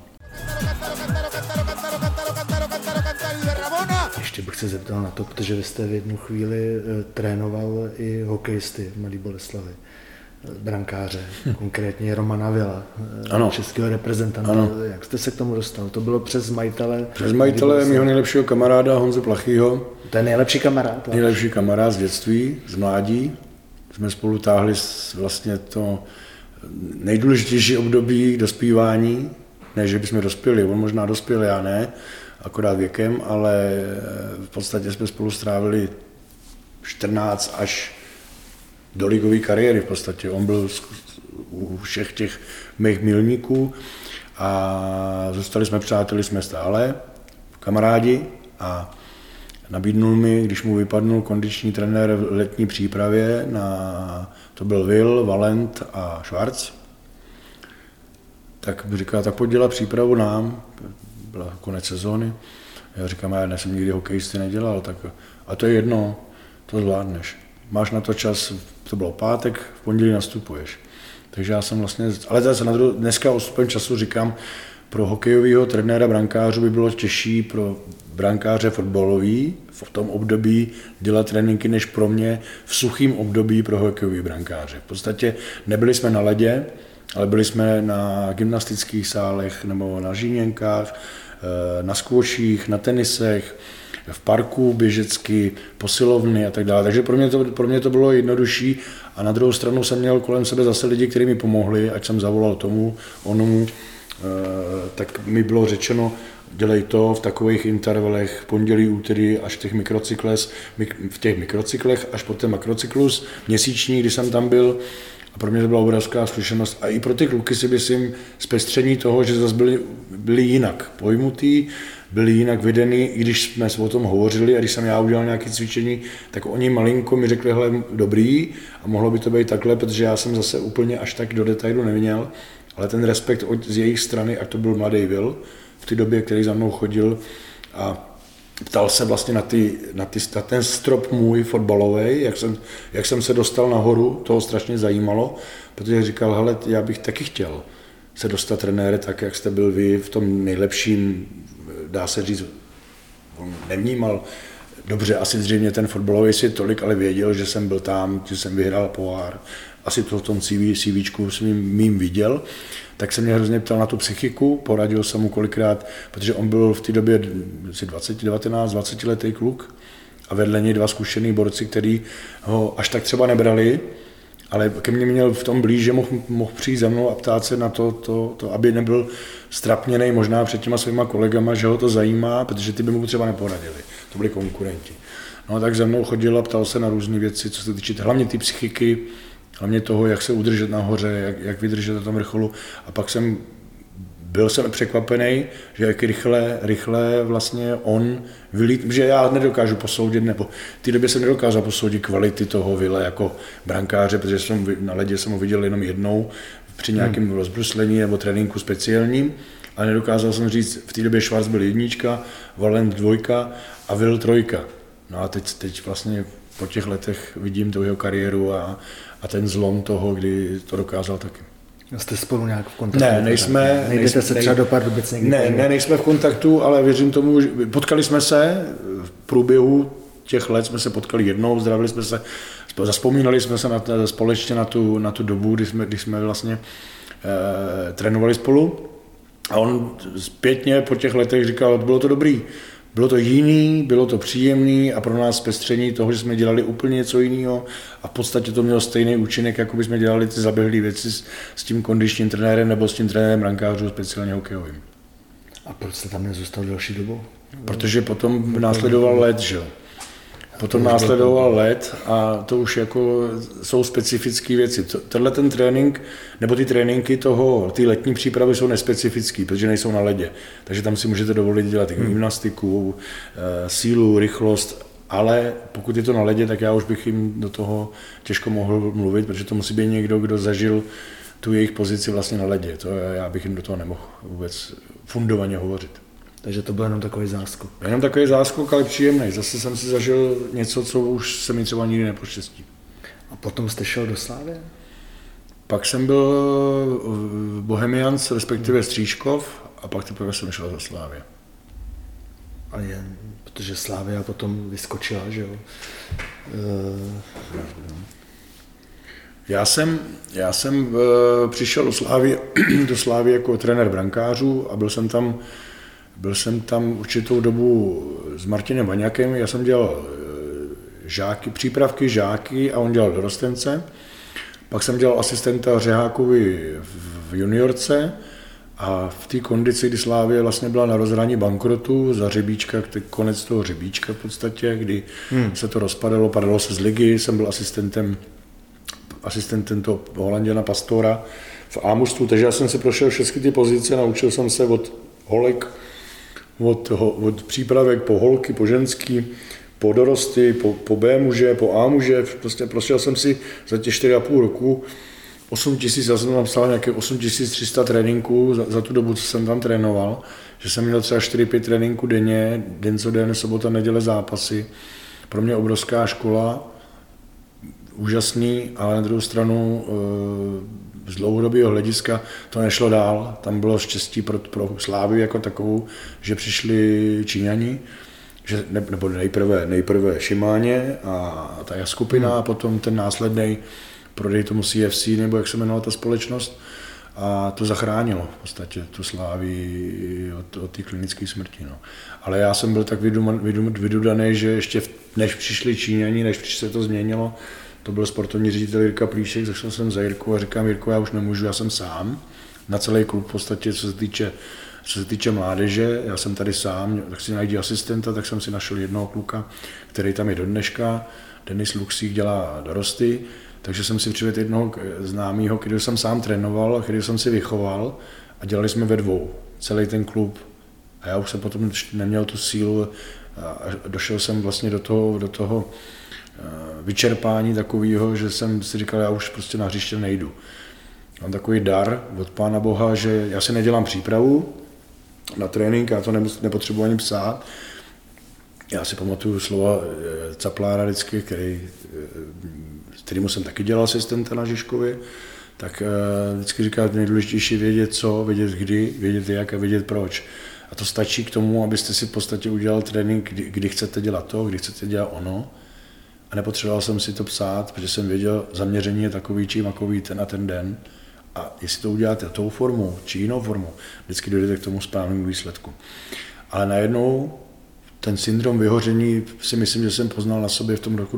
Ještě bych se zeptal na to, protože vy jste v jednu chvíli trénoval i hokejisty v Mladé Boleslavi, brankáře, konkrétně Romana Vila, českého reprezentanta. Ano. Jak jste se k tomu dostal? To bylo přes majitele? Přes majitele mého nejlepšího kamaráda Honzu Plachýho. To je nejlepší kamarád? Nejlepší kamarád z dětství, z mládí. Jsme spolu táhli vlastně to nejdůležitější období dospívání. Ne, že bychom dospěli, on možná dospěl, já ne, akorát věkem, ale v podstatě jsme spolu strávili 14 až do ligové kariéry v podstatě. On byl u všech těch mých milníků a zůstali jsme přáteli, jsme stále kamarádi a nabídnul mi, když mu vypadnul kondiční trenér v letní přípravě, to byl Will, Valent a Schwarz, tak mi říkal, tak pojď dělat přípravu nám, byla konec sezóny. Já říkám, já jsem nikdy hokejisty nedělal, tak a to je jedno, to zvládneš. Máš na to čas, to bylo pátek, v pondělí nastupuješ. Takže já jsem vlastně, ale zase dneska odstupem času říkám, pro hokejového trenéra brankářů by bylo těžší pro brankáře fotbalový v tom období dělat tréninky než pro mě v suchém období pro hokejový brankáře. V podstatě nebyli jsme na ledě, ale byli jsme na gymnastických sálech nebo na žíněnkách, na skvoších, na tenisech, v parku běžecky, posilovny a tak dále. Takže pro mě to bylo jednodušší a na druhou stranu jsem měl kolem sebe zase lidi, kteří mi pomohli, ať jsem zavolal tomu, onomu, tak mi bylo řečeno, dělej to v takových intervalech pondělí, úterý až v těch mikrocyklech až po ten makrocyklus měsíční, kdy jsem tam byl. A pro mě to byla obrovská zkušenost. A i pro ty kluky si myslím zpestření toho, že zase byli jinak pojmutý, byli jinak vedený, i když jsme o tom hovořili a když jsem já udělal nějaké cvičení, tak oni malinko mi řekli, hele, dobrý a mohlo by to být takhle, protože já jsem zase úplně až tak do detailu neměl, ale ten respekt z jejich strany, ať to byl mladý Will v té době, který za mnou chodil a ptal se vlastně na ten strop můj fotbalový, jak jsem se dostal nahoru, toho strašně zajímalo, protože říkal, hele, já bych taky chtěl se dostat trenére tak, jak jste byl vy v tom nejlepším, dá se říct, on nevnímal dobře, asi zřejmě ten fotbalový svět tolik, ale věděl, že jsem byl tam, že jsem vyhrál pohár, asi to v tom CVčku mým viděl, tak se mě hrozně ptal na tu psychiku, poradil jsem mu kolikrát, protože on byl v té době 20 letý kluk a vedle něj dva zkušený borci, kteří ho až tak třeba nebrali, ale ke mně měl v tom blíž, že mohl přijít za mnou a ptát se na to, aby nebyl strapněnej možná před těma svýma kolegama, že ho to zajímá, protože ty by mu třeba neporadili, to byli konkurenti. No tak za mnou chodil a ptal se na různé věci, co se týče hlavně ty psychiky, hlavně toho, jak se udržet nahoře, jak vydržet na tom vrcholu. A pak byl jsem překvapený, že jak rychle vlastně on vylít, že já nedokážu posoudit, nebo v té době jsem nedokázal posoudit kvality toho Vile jako brankáře, protože na ledě jsem ho viděl jenom jednou při nějakém rozbruslení nebo tréninku speciálním, ale nedokázal jsem říct, v té době Schwarz byl 1, Valent 2 a Will 3. No a teď vlastně po těch letech vidím tu jeho kariéru a ten zlom toho, kdy to dokázal taky. Jste spolu nějak v kontaktu? Ne, nejsme. Nejdete se třeba do Pardubic někdy? Ne, nejsme v kontaktu, ale věřím tomu, že potkali jsme se v průběhu těch let, jsme se potkali jednou, zdravili jsme se, zazpomínali jsme se společně na tu dobu, kdy jsme vlastně trénovali spolu. A on zpětně po těch letech říkal, bylo to dobrý. Bylo to jiný, bylo to příjemný a pro nás zpestření toho, že jsme dělali úplně něco jiného a v podstatě to mělo stejný účinek, jako by jsme dělali ty zaběhlé věci s tím kondičním trenérem nebo s tím trenérem brankářů speciálně hokejovým. A proč jste tam nezůstal další dobu? Protože potom následoval let, že jo. Potom následoval let a to už jako jsou specifické věci. Tenhle ten trénink, nebo ty tréninky ty letní přípravy jsou nespecifický, protože nejsou na ledě. Takže tam si můžete dovolit dělat gymnastiku, sílu, rychlost, ale pokud je to na ledě, tak já už bych jim do toho těžko mohl mluvit, protože to musí být někdo, kdo zažil tu jejich pozici vlastně na ledě. To já bych jim do toho nemohl vůbec fundovaně hovořit. Takže to byl jenom takový záskok. Jenom takový záskok, ale příjemný. Zase jsem si zažil něco, co už se mi třeba nikdy nepoštěstí. A potom jste šel do Slávie? Pak jsem byl v Bohemians, respektive Stříškov, a pak teprve jsem šel do Slávie. A protože Slávia potom vyskočila, že jo? Já jsem přišel do Slávie jako trenér brankářů a byl jsem tam určitou dobu s Martinem Vaňákem, já jsem dělal přípravky, žáky a on dělal dorostence. Pak jsem dělal asistenta Řehákovi v juniorce a v té kondici, kdy Slávie vlastně byla na rozhraní bankrotu, za Řebíčka, konec toho Řebíčka v podstatě, kdy se to rozpadalo, padalo se z ligy, jsem byl asistentem toho Holanděna Pastora v Amustu, takže já jsem si prošel všechny ty pozice, naučil jsem se od holek, od přípravek po holky, po ženský, po dorosty, po B muže, po A muže, prostě prošel jsem si za těch 4,5 roku 8000, já jsem tam psal nějaké 8300 tréninků za tu dobu, co jsem tam trénoval, že jsem měl třeba 4-5 tréninků denně, den co den, sobota, neděle zápasy. Pro mě obrovská škola, úžasný, ale na druhou stranu z dlouhodobého hlediska to nešlo dál. Tam bylo štěstí pro Slávii jako takovou, že přišli Číňani, že, nebo nejprve Šimáně a ta skupina a potom ten následný prodej tomu CFC, nebo jak se jmenovala ta společnost. A to zachránilo v podstatě tu Slávii od té klinické smrti. No. Ale já jsem byl tak vydudaný, že ještě než přišli Číňani, než se to změnilo, to byl sportovní ředitel Jirka Plíšek, zašel jsem za Jirku a říkám, Jirko, já už nemůžu, já jsem sám na celý klub v podstatě, co se týče mládeže, já jsem tady sám, tak si najdi asistenta, tak jsem si našel jednoho kluka, který tam je do dneška, Denis Luxík dělá dorosty, takže jsem si přivedl jednoho známého, kterého jsem sám trénoval a kterého jsem si vychoval a dělali jsme ve dvou, celý ten klub. A já už jsem potom neměl tu sílu a došel jsem vlastně do toho vyčerpání takového, že jsem si říkal, já už prostě na hřiště nejdu. Mám takový dar od Pána Boha, že já si nedělám přípravu na trénink, já to nepotřebuji ani psát. Já si pamatuju slova Caplára vždycky, kterýmu jsem taky dělal asistenta na Žižkově, tak vždycky říká, že nejdůležitější vědět co, vědět kdy, vědět jak a vědět proč. A to stačí k tomu, abyste si v podstatě udělal trénink, kdy chcete dělat to, kdy chcete dělat ono. A nepotřeboval jsem si to psát, protože jsem věděl, zaměření je takový či makový ten a ten den. A jestli to uděláte tou formou či jinou formou, vždycky dojdete k tomu správnému výsledku. Ale najednou ten syndrom vyhoření si myslím, že jsem poznal na sobě v tom roku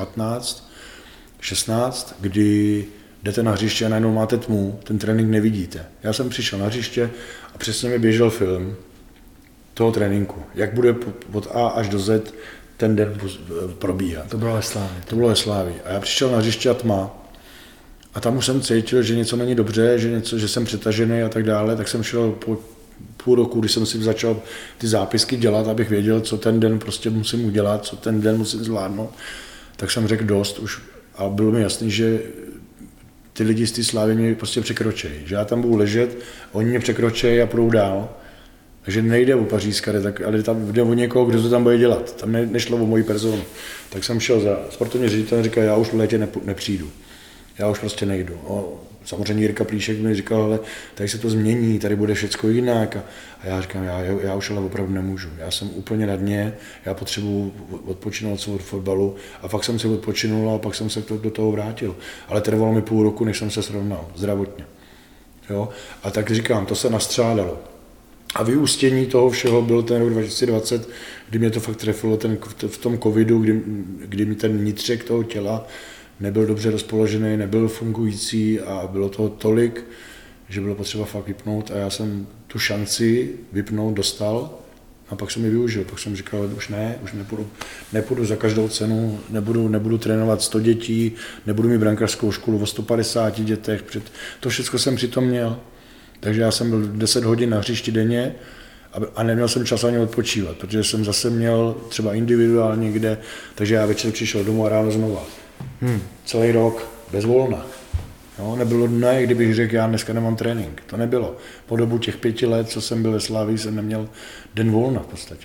2015-16, kdy jdete na hřiště a najednou máte tmu, ten trénink nevidíte. Já jsem přišel na hřiště a přesně mi běžel film toho tréninku, jak bude od A až do Z ten den probíhat. To bylo ve Slávii. To bylo ve Slávii. A já přišel na hřiště a tma. A tam už jsem cítil, že něco není dobře, že jsem přetažený a tak dále, tak jsem šel po půl roku, když jsem si začal ty zápisky dělat, abych věděl, co ten den prostě musím udělat, co ten den musím zvládnout, tak jsem řekl dost už a bylo mi jasný, že ty lidi z té Slávy mě prostě překročí, že já tam budu ležet, oni mě překročí a půjdou dál. Takže nejde o Pařížska, ale tam jde o někoho, kdo to tam bude dělat. Tam nešlo o moji personu. Tak jsem šel za sportovní ředitel a říkal, já už v létě nepřijdu. Já už prostě nejdu. Samozřejmě Jirka Plíšek mi říkal, ale tady se to změní, tady bude všecko jinak. A já říkám, já už ale opravdu nemůžu. Já jsem úplně na dně, já potřebuji odpočinout od fotbalu. A fakt jsem si odpočinul a pak jsem se do toho vrátil. Ale trvalo mi půl roku, než jsem se srovnal zdravotně. Jo? A tak říkám, to se nastřádalo. A vyústění toho všeho byl ten rok 2020, kdy mě to fakt trefilo v tom covidu, kdy mi ten vnitřek toho těla nebyl dobře rozpoložený, nebyl fungující a bylo toho tolik, že bylo potřeba fakt vypnout a já jsem tu šanci vypnout dostal a pak jsem ji využil. Pak jsem říkal, už nepůjdu za každou cenu, nebudu trénovat 100 dětí, nebudu mít brankářskou školu o 150 dětech, to všechno jsem přitom měl. Takže já jsem byl 10 hodin na hřišti denně a neměl jsem čas ani odpočívat, protože jsem zase měl třeba individuálně někde, takže já večer přišel domů a ráno znova. Celý rok bez volna. No, nebylo dne, kdybych řekl, já dneska nemám trénink. To nebylo. Po dobu těch 5 let, co jsem byl ve Slávii, jsem neměl den volna v podstatě.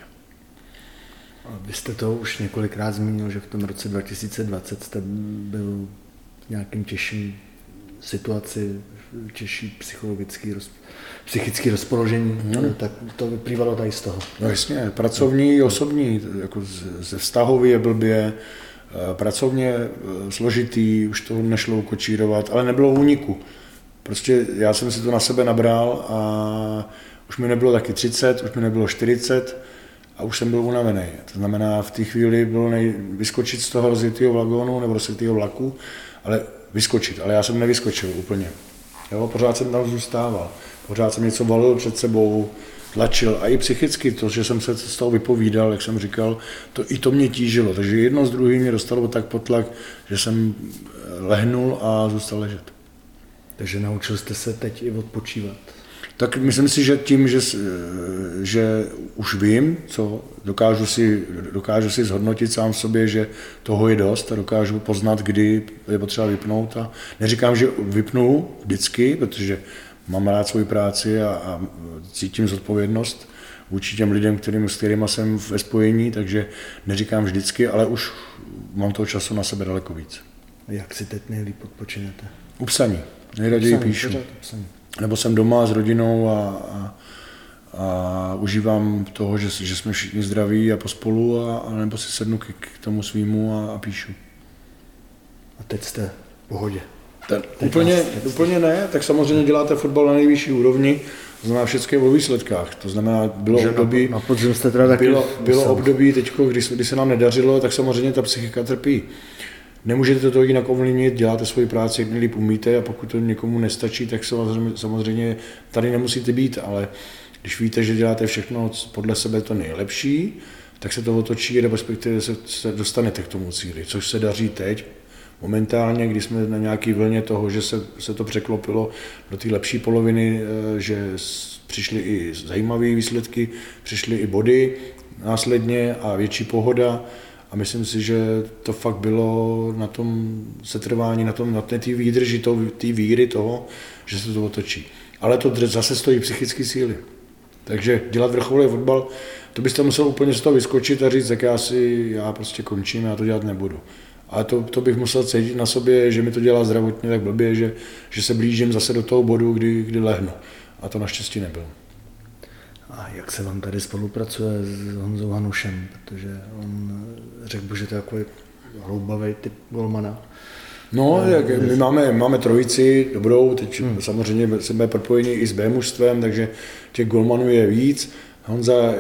Vy jste to už několikrát zmínil, že v tom roce 2020 jste byl v nějakým těžším situaci, těžší psychické rozpoložení, tak to vyplývalo tady z toho. No jasně, pracovní i osobní, jako ze vztahový je blbě, pracovně složitý, už to nešlo ukočírovat, ale nebylo úniku. Prostě já jsem si to na sebe nabral a už mi nebylo taky 30, už mi nebylo 40 a už jsem byl unavený. To znamená, v té chvíli bylo vyskočit z toho rozjetého vagónu nebo rozjetého vlaku, ale vyskočit, ale já jsem nevyskočil úplně. Jo, pořád jsem tam zůstával, pořád jsem něco valil před sebou, tlačil a i psychicky to, že jsem se z toho vypovídal, jak jsem říkal, to mě tížilo, takže jedno z druhým mě dostalo tak pod tlak, že jsem lehnul a zůstal ležet. Takže naučil jste se teď i odpočívat? Tak myslím si, že tím, že už vím, co dokážu si zhodnotit sám v sobě, že toho je dost a dokážu poznat, kdy je potřeba vypnout. A neříkám, že vypnu vždycky, protože mám rád svoji práci a cítím zodpovědnost vůči těm lidem, s kterými jsem ve spojení, takže neříkám vždycky, ale už mám toho času na sebe daleko víc. Jak si teď nejlíp odpočinete? U psaní. Nejraději píšu. Nebo jsem doma s rodinou a užívám toho, že jsme všichni zdraví a pospolu, a nebo si sednu k tomu svýmu a píšu. A teď jste v pohodě. Úplně ne, tak samozřejmě děláte fotbal na nejvyšší úrovni, to znamená všechno o výsledkách. To znamená, bylo období, na podzim jste teda taky bylo období teďko, kdy se nám nedařilo, tak samozřejmě ta psychika trpí. Nemůžete to jinak ovlivnit, děláte svoji práci, jak nejlíp umíte, a pokud to někomu nestačí, tak samozřejmě tady nemusíte být, ale když víte, že děláte všechno podle sebe to nejlepší, tak se to otočí, nebo respektive se dostanete k tomu cíli, což se daří teď. Momentálně, když jsme na nějaký vlně toho, že se to překlopilo do té lepší poloviny, že přišly i zajímavé výsledky, přišly i body následně a větší pohoda, a myslím si, že to fakt bylo na tom setrvání, na té výdrži, té víry toho, že se to otočí. Ale to zase stojí psychické síly. Takže dělat vrcholový fotbal, to byste musel úplně z toho vyskočit a říct, tak já prostě končím, já to dělat nebudu. Ale to bych musel cítit na sobě, že mi to dělá zdravotně tak blbě, že se blížím zase do toho bodu, kdy lehnu. A to naštěstí nebylo. A jak se vám tady spolupracuje s Honzou Hanušem? Protože on řekl, že to je takový hloubavý typ golmana. No, my máme trojici dobrou, teď samozřejmě jsme propojeni i s B mužstvem, takže těch golmanů je víc. Honza,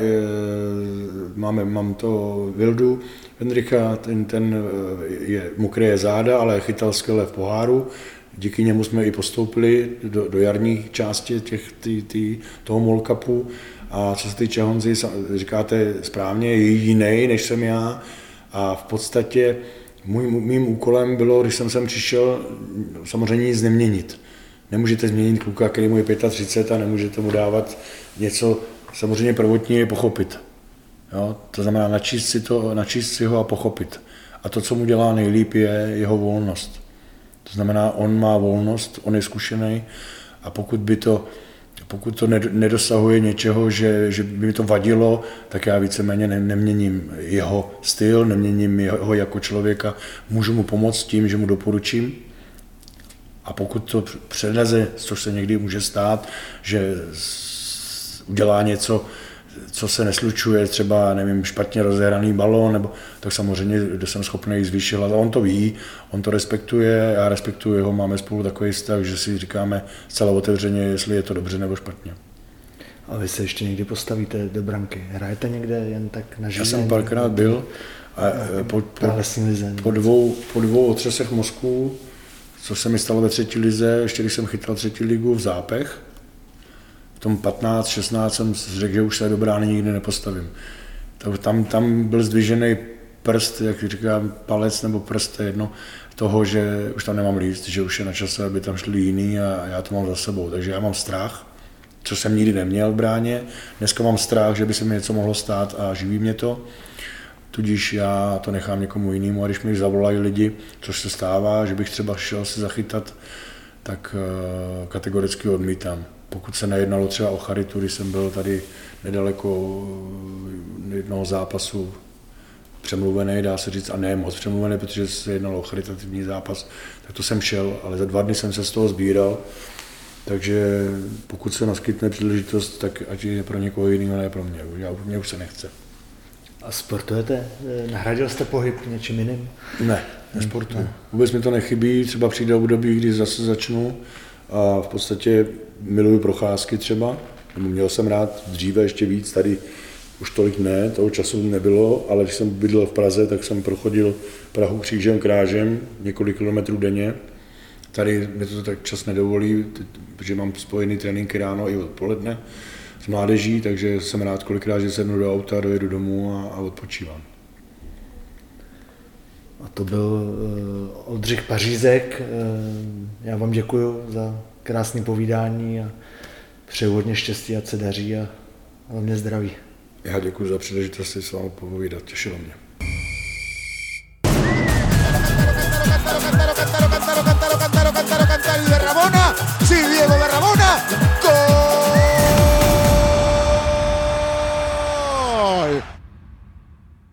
mám to Vildu Vendricha, ten mu kryje záda, ale chytal skvěle v poháru. Díky němu jsme i postoupili do jarní části toho MOL Cupu. A co se týče Honzy, říkáte správně, je jiný, než jsem já. A v podstatě mým úkolem bylo, když jsem sem přišel, samozřejmě nic neměnit. Nemůžete změnit kluka, který mu je 35, a nemůžete mu dávat něco, samozřejmě prvotní je pochopit. Jo? To znamená načíst si ho a pochopit. A to, co mu dělá nejlíp, je jeho volnost. To znamená, on má volnost, on je zkušený, a pokud to nedosahuje něčeho, že by mi to vadilo, tak já víceméně neměním jeho styl, neměním jeho jako člověka, můžu mu pomoct tím, že mu doporučím. A pokud to přeleze, což se někdy může stát, že udělá něco, co se neslučuje, třeba, nevím, špatně rozehraný balón, nebo tak samozřejmě jsem schopný zvýšit hlas. A on to ví, on to respektuje, já respektuji ho, máme spolu takový vztah, že si říkáme zcela otevřeně, jestli je to dobře nebo špatně. A vy se ještě někdy postavíte do branky? Hrajete někde jen tak na živě? Já jsem párkrát byl a po dvou otřesech mozku, co se mi stalo ve 3. lize, ještě když jsem chytal 3. ligu v Zápech, v tom 15-16 jsem řekl, že už se do brány nikdy nepostavím. Tam byl zdvižený prst, jak říkám, palec nebo prst, jedno, toho, že už tam nemám líst, že už je na čase, aby tam šli jiný, a já to mám za sebou. Takže já mám strach, co jsem nikdy neměl v bráně. Dneska mám strach, že by se mi něco mohlo stát a živí mě to. Tudíž já to nechám někomu jinému, a když mi zavolají lidi, což se stává, že bych třeba šel si zachytat, tak kategoricky odmítám. Pokud se nejednalo třeba o charitu, když jsem byl tady nedaleko jednoho zápasu přemluvený, dá se říct, a ne moc přemluvený, protože se jednalo o charitativní zápas, tak to jsem šel, ale za 2 dny jsem se z toho sbíral. Takže pokud se naskytne příležitost, tak ať je pro někoho jiného, ne pro mě. Mě už se nechce. A sportujete? Nahradil jste pohyb něčím jiným? Ne, nesportuju. Vůbec mi to nechybí, třeba přijde období, kdy zase začnu, a v podstatě miluju procházky třeba. Měl jsem rád dříve ještě víc, tady už tolik ne, toho času nebylo, ale když jsem bydlel v Praze, tak jsem prochodil Prahu křížem krážem několik kilometrů denně. Tady mi to tak čas nedovolí, protože mám spojený tréninky ráno i odpoledne s mládeží, takže jsem rád kolikrát, že sednu do auta, dojedu domů a odpočívám. A to byl Oldřich Pařízek. Já vám děkuji za krásné povídání a přeju hodně štěstí, ať se daří a hlavně zdraví. Já děkuji za příležitost si s vámi povídat, těšilo mě.